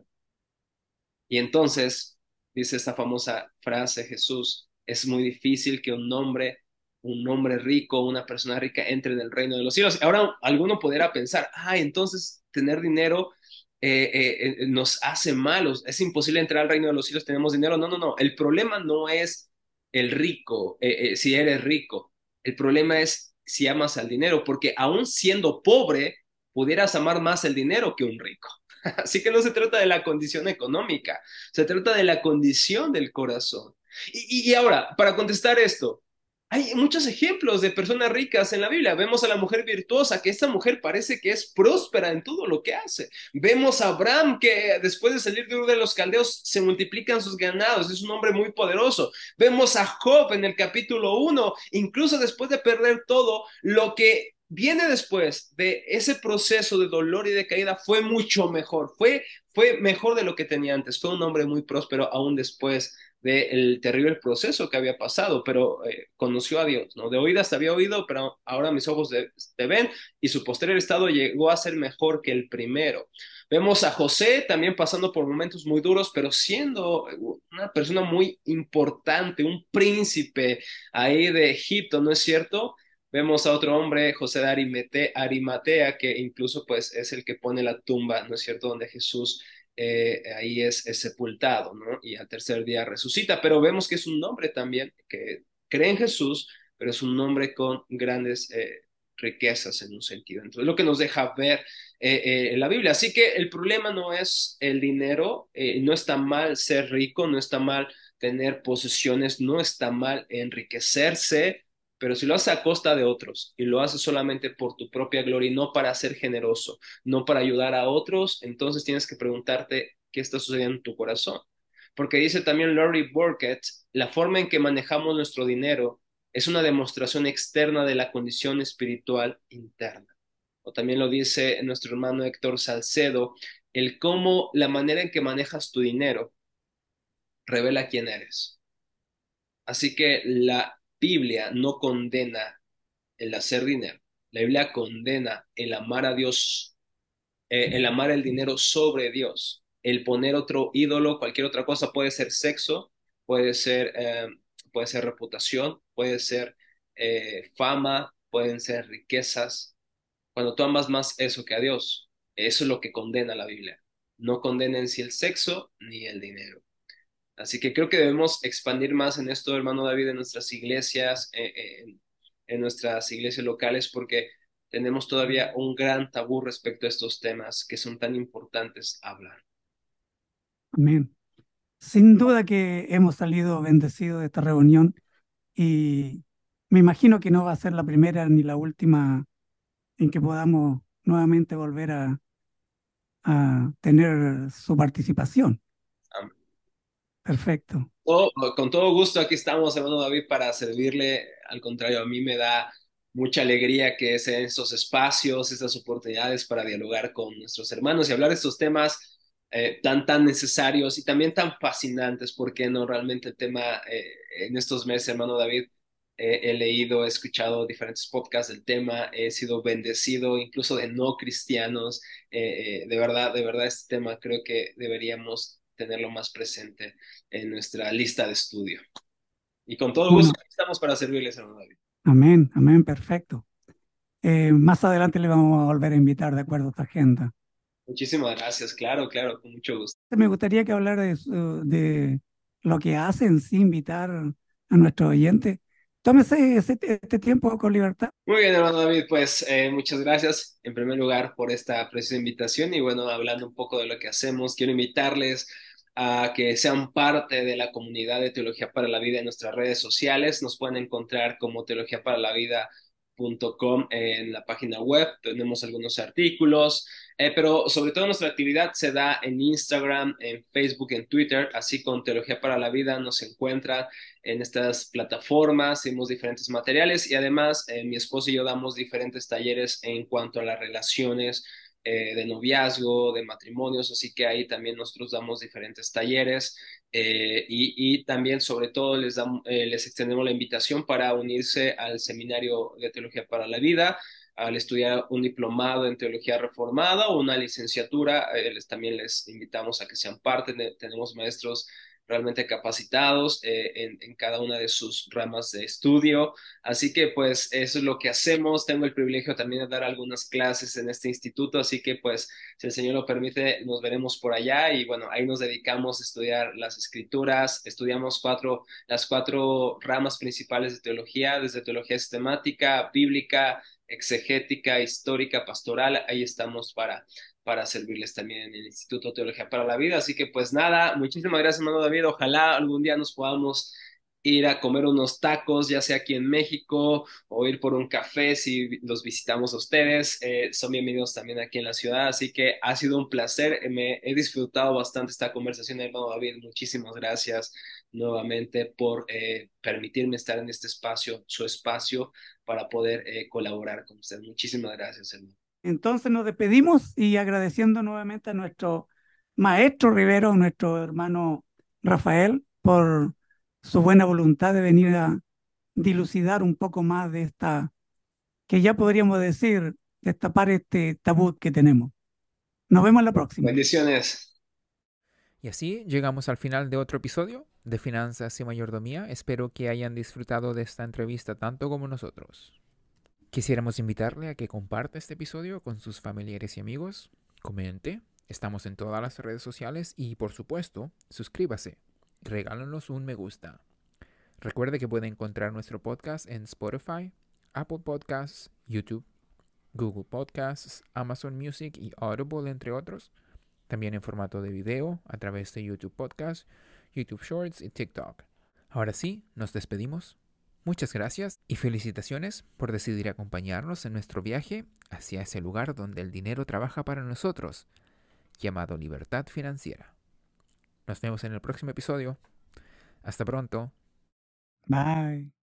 Y entonces, dice esta famosa frase Jesús: es muy difícil que un hombre, un hombre rico, una persona rica entre en el reino de los cielos. Ahora alguno podrá pensar: ah, entonces tener dinero eh, eh, eh, nos hace malos, es imposible entrar al reino de los cielos, tenemos dinero. No, no, no, el problema no es el rico, eh, eh, si eres rico, el problema es si amas al dinero, porque aún siendo pobre, pudieras amar más el dinero que un rico. Así que no se trata de la condición económica, se trata de la condición del corazón. Y, y, ahora, para contestar esto, hay muchos ejemplos de personas ricas en la Biblia. Vemos a la mujer virtuosa, que esta mujer parece que es próspera en todo lo que hace. Vemos a Abraham, que después de salir de Ur de los Caldeos se multiplican sus ganados, es un hombre muy poderoso. Vemos a Job en el capítulo uno, incluso después de perder todo, lo que viene después de ese proceso de dolor y de caída fue mucho mejor, fue, fue mejor de lo que tenía antes. Fue un hombre muy próspero aún después del terrible proceso que había pasado, pero eh, conoció a Dios, ¿no? De oídas te había oído, pero ahora mis ojos de- te ven, y su posterior estado llegó a ser mejor que el primero. Vemos a José también pasando por momentos muy duros, pero siendo una persona muy importante, un príncipe ahí de Egipto, ¿no es cierto? Vemos a otro hombre, José de Arimete- Arimatea, que incluso pues es el que pone la tumba, ¿no es cierto?, donde Jesús eh, ahí es, es sepultado, ¿no? Y al tercer día resucita, pero vemos que es un hombre también que cree en Jesús, pero es un hombre con grandes eh, riquezas en un sentido. Entonces, lo que nos deja ver eh, eh, en la Biblia. Así que el problema no es el dinero, eh, no está mal ser rico, no está mal tener posesiones, no está mal enriquecerse, pero si lo haces a costa de otros y lo haces solamente por tu propia gloria y no para ser generoso, no para ayudar a otros, entonces tienes que preguntarte qué está sucediendo en tu corazón. Porque dice también Larry Burkett, la forma en que manejamos nuestro dinero es una demostración externa de la condición espiritual interna. O también lo dice nuestro hermano Héctor Salcedo, el cómo la manera en que manejas tu dinero revela quién eres. Así que la Biblia no condena el hacer dinero. La Biblia condena el amar a Dios, eh, el amar el dinero sobre Dios, el poner otro ídolo, cualquier otra cosa, puede ser sexo, puede ser, eh, puede ser reputación, puede ser eh, fama, pueden ser riquezas. Cuando tú amas más eso que a Dios, eso es lo que condena la Biblia. No condena en sí el sexo ni el dinero. Así que creo que debemos expandir más en esto, hermano David, en nuestras iglesias, eh, eh, en, en nuestras iglesias locales, porque tenemos todavía un gran tabú respecto a estos temas que son tan importantes hablar. Amén. Sin duda que hemos salido bendecidos de esta reunión y me imagino que no va a ser la primera ni la última en que podamos nuevamente volver a, a tener su participación. Perfecto. Oh, con todo gusto, aquí estamos, hermano David, para servirle. Al contrario, a mí me da mucha alegría que sean estos espacios, estas oportunidades para dialogar con nuestros hermanos y hablar de estos temas eh, tan, tan necesarios y también tan fascinantes, porque no realmente el tema eh, en estos meses, hermano David, eh, he leído, he escuchado diferentes podcasts del tema, he sido bendecido incluso de no cristianos. Eh, eh, de verdad, de verdad, este tema creo que deberíamos tenerlo más presente en nuestra lista de estudio. Y con todo gusto Bueno, estamos para servirles, hermano David. amén, amén, perfecto. Eh, más adelante le vamos a volver a invitar de acuerdo a esta agenda. Muchísimas gracias, claro, claro, con mucho gusto. Me gustaría que hablara de, su- de lo que hace en sí invitar a nuestros oyentes. Tómese ese- este tiempo con libertad. Muy bien, hermano David, pues eh, muchas gracias en primer lugar por esta preciosa invitación y bueno, hablando un poco de lo que hacemos, quiero invitarles a que sean parte de la comunidad de Teología para la Vida en nuestras redes sociales. Nos pueden encontrar como teología para la vida punto com en la página web. Tenemos algunos artículos, eh, pero sobre todo nuestra actividad se da en Instagram, en Facebook, en Twitter, así con Teología para la Vida nos encuentra en estas plataformas, hacemos diferentes materiales y además eh, mi esposo y yo damos diferentes talleres en cuanto a las relaciones eh, de noviazgo, de matrimonios, así que ahí también nosotros damos diferentes talleres eh, y, y, también sobre todo les, damos, eh, les extendemos la invitación para unirse al Seminario de Teología para la Vida, al estudiar un diplomado en teología reformada o una licenciatura, eh, les, también les invitamos a que sean parte, de, tenemos maestros realmente capacitados eh, en, en, cada una de sus ramas de estudio. Así que pues eso es lo que hacemos. Tengo el privilegio también de dar algunas clases en este instituto, así que pues si el Señor lo permite, nos veremos por allá y bueno, ahí nos dedicamos a estudiar las escrituras, estudiamos cuatro, las cuatro ramas principales de teología, desde teología sistemática, bíblica, exegética, histórica, pastoral, ahí estamos para para servirles también en el Instituto de Teología para la Vida. Así que pues nada, muchísimas gracias, hermano David. Ojalá algún día nos podamos ir a comer unos tacos, ya sea aquí en México, o ir por un café si los visitamos a ustedes. Eh, son bienvenidos también aquí en la ciudad, así que ha sido un placer. Me he disfrutado bastante esta conversación, hermano David. Muchísimas gracias nuevamente por eh, permitirme estar en este espacio, su espacio, para poder eh, colaborar con usted. Muchísimas gracias, hermano. Entonces nos despedimos y agradeciendo nuevamente a nuestro maestro Rivero, nuestro hermano Rafael, por su buena voluntad de venir a dilucidar un poco más de esta, que ya podríamos decir, destapar este tabú que tenemos. Nos vemos la próxima. Bendiciones. Y así llegamos al final de otro episodio de Finanzas y Mayordomía. Espero que hayan disfrutado de esta entrevista tanto como nosotros. Quisiéramos invitarle a que comparta este episodio con sus familiares y amigos, comente, estamos en todas las redes sociales y por supuesto, suscríbase, regálanos un me gusta. Recuerde que puede encontrar nuestro podcast en Spotify, Apple Podcasts, YouTube, Google Podcasts, Amazon Music y Audible, entre otros. También en formato de video a través de YouTube Podcast, YouTube Shorts y TikTok. Ahora sí, nos despedimos. Muchas gracias y felicitaciones por decidir acompañarnos en nuestro viaje hacia ese lugar donde el dinero trabaja para nosotros, llamado libertad financiera. Nos vemos en el próximo episodio. Hasta pronto. Bye.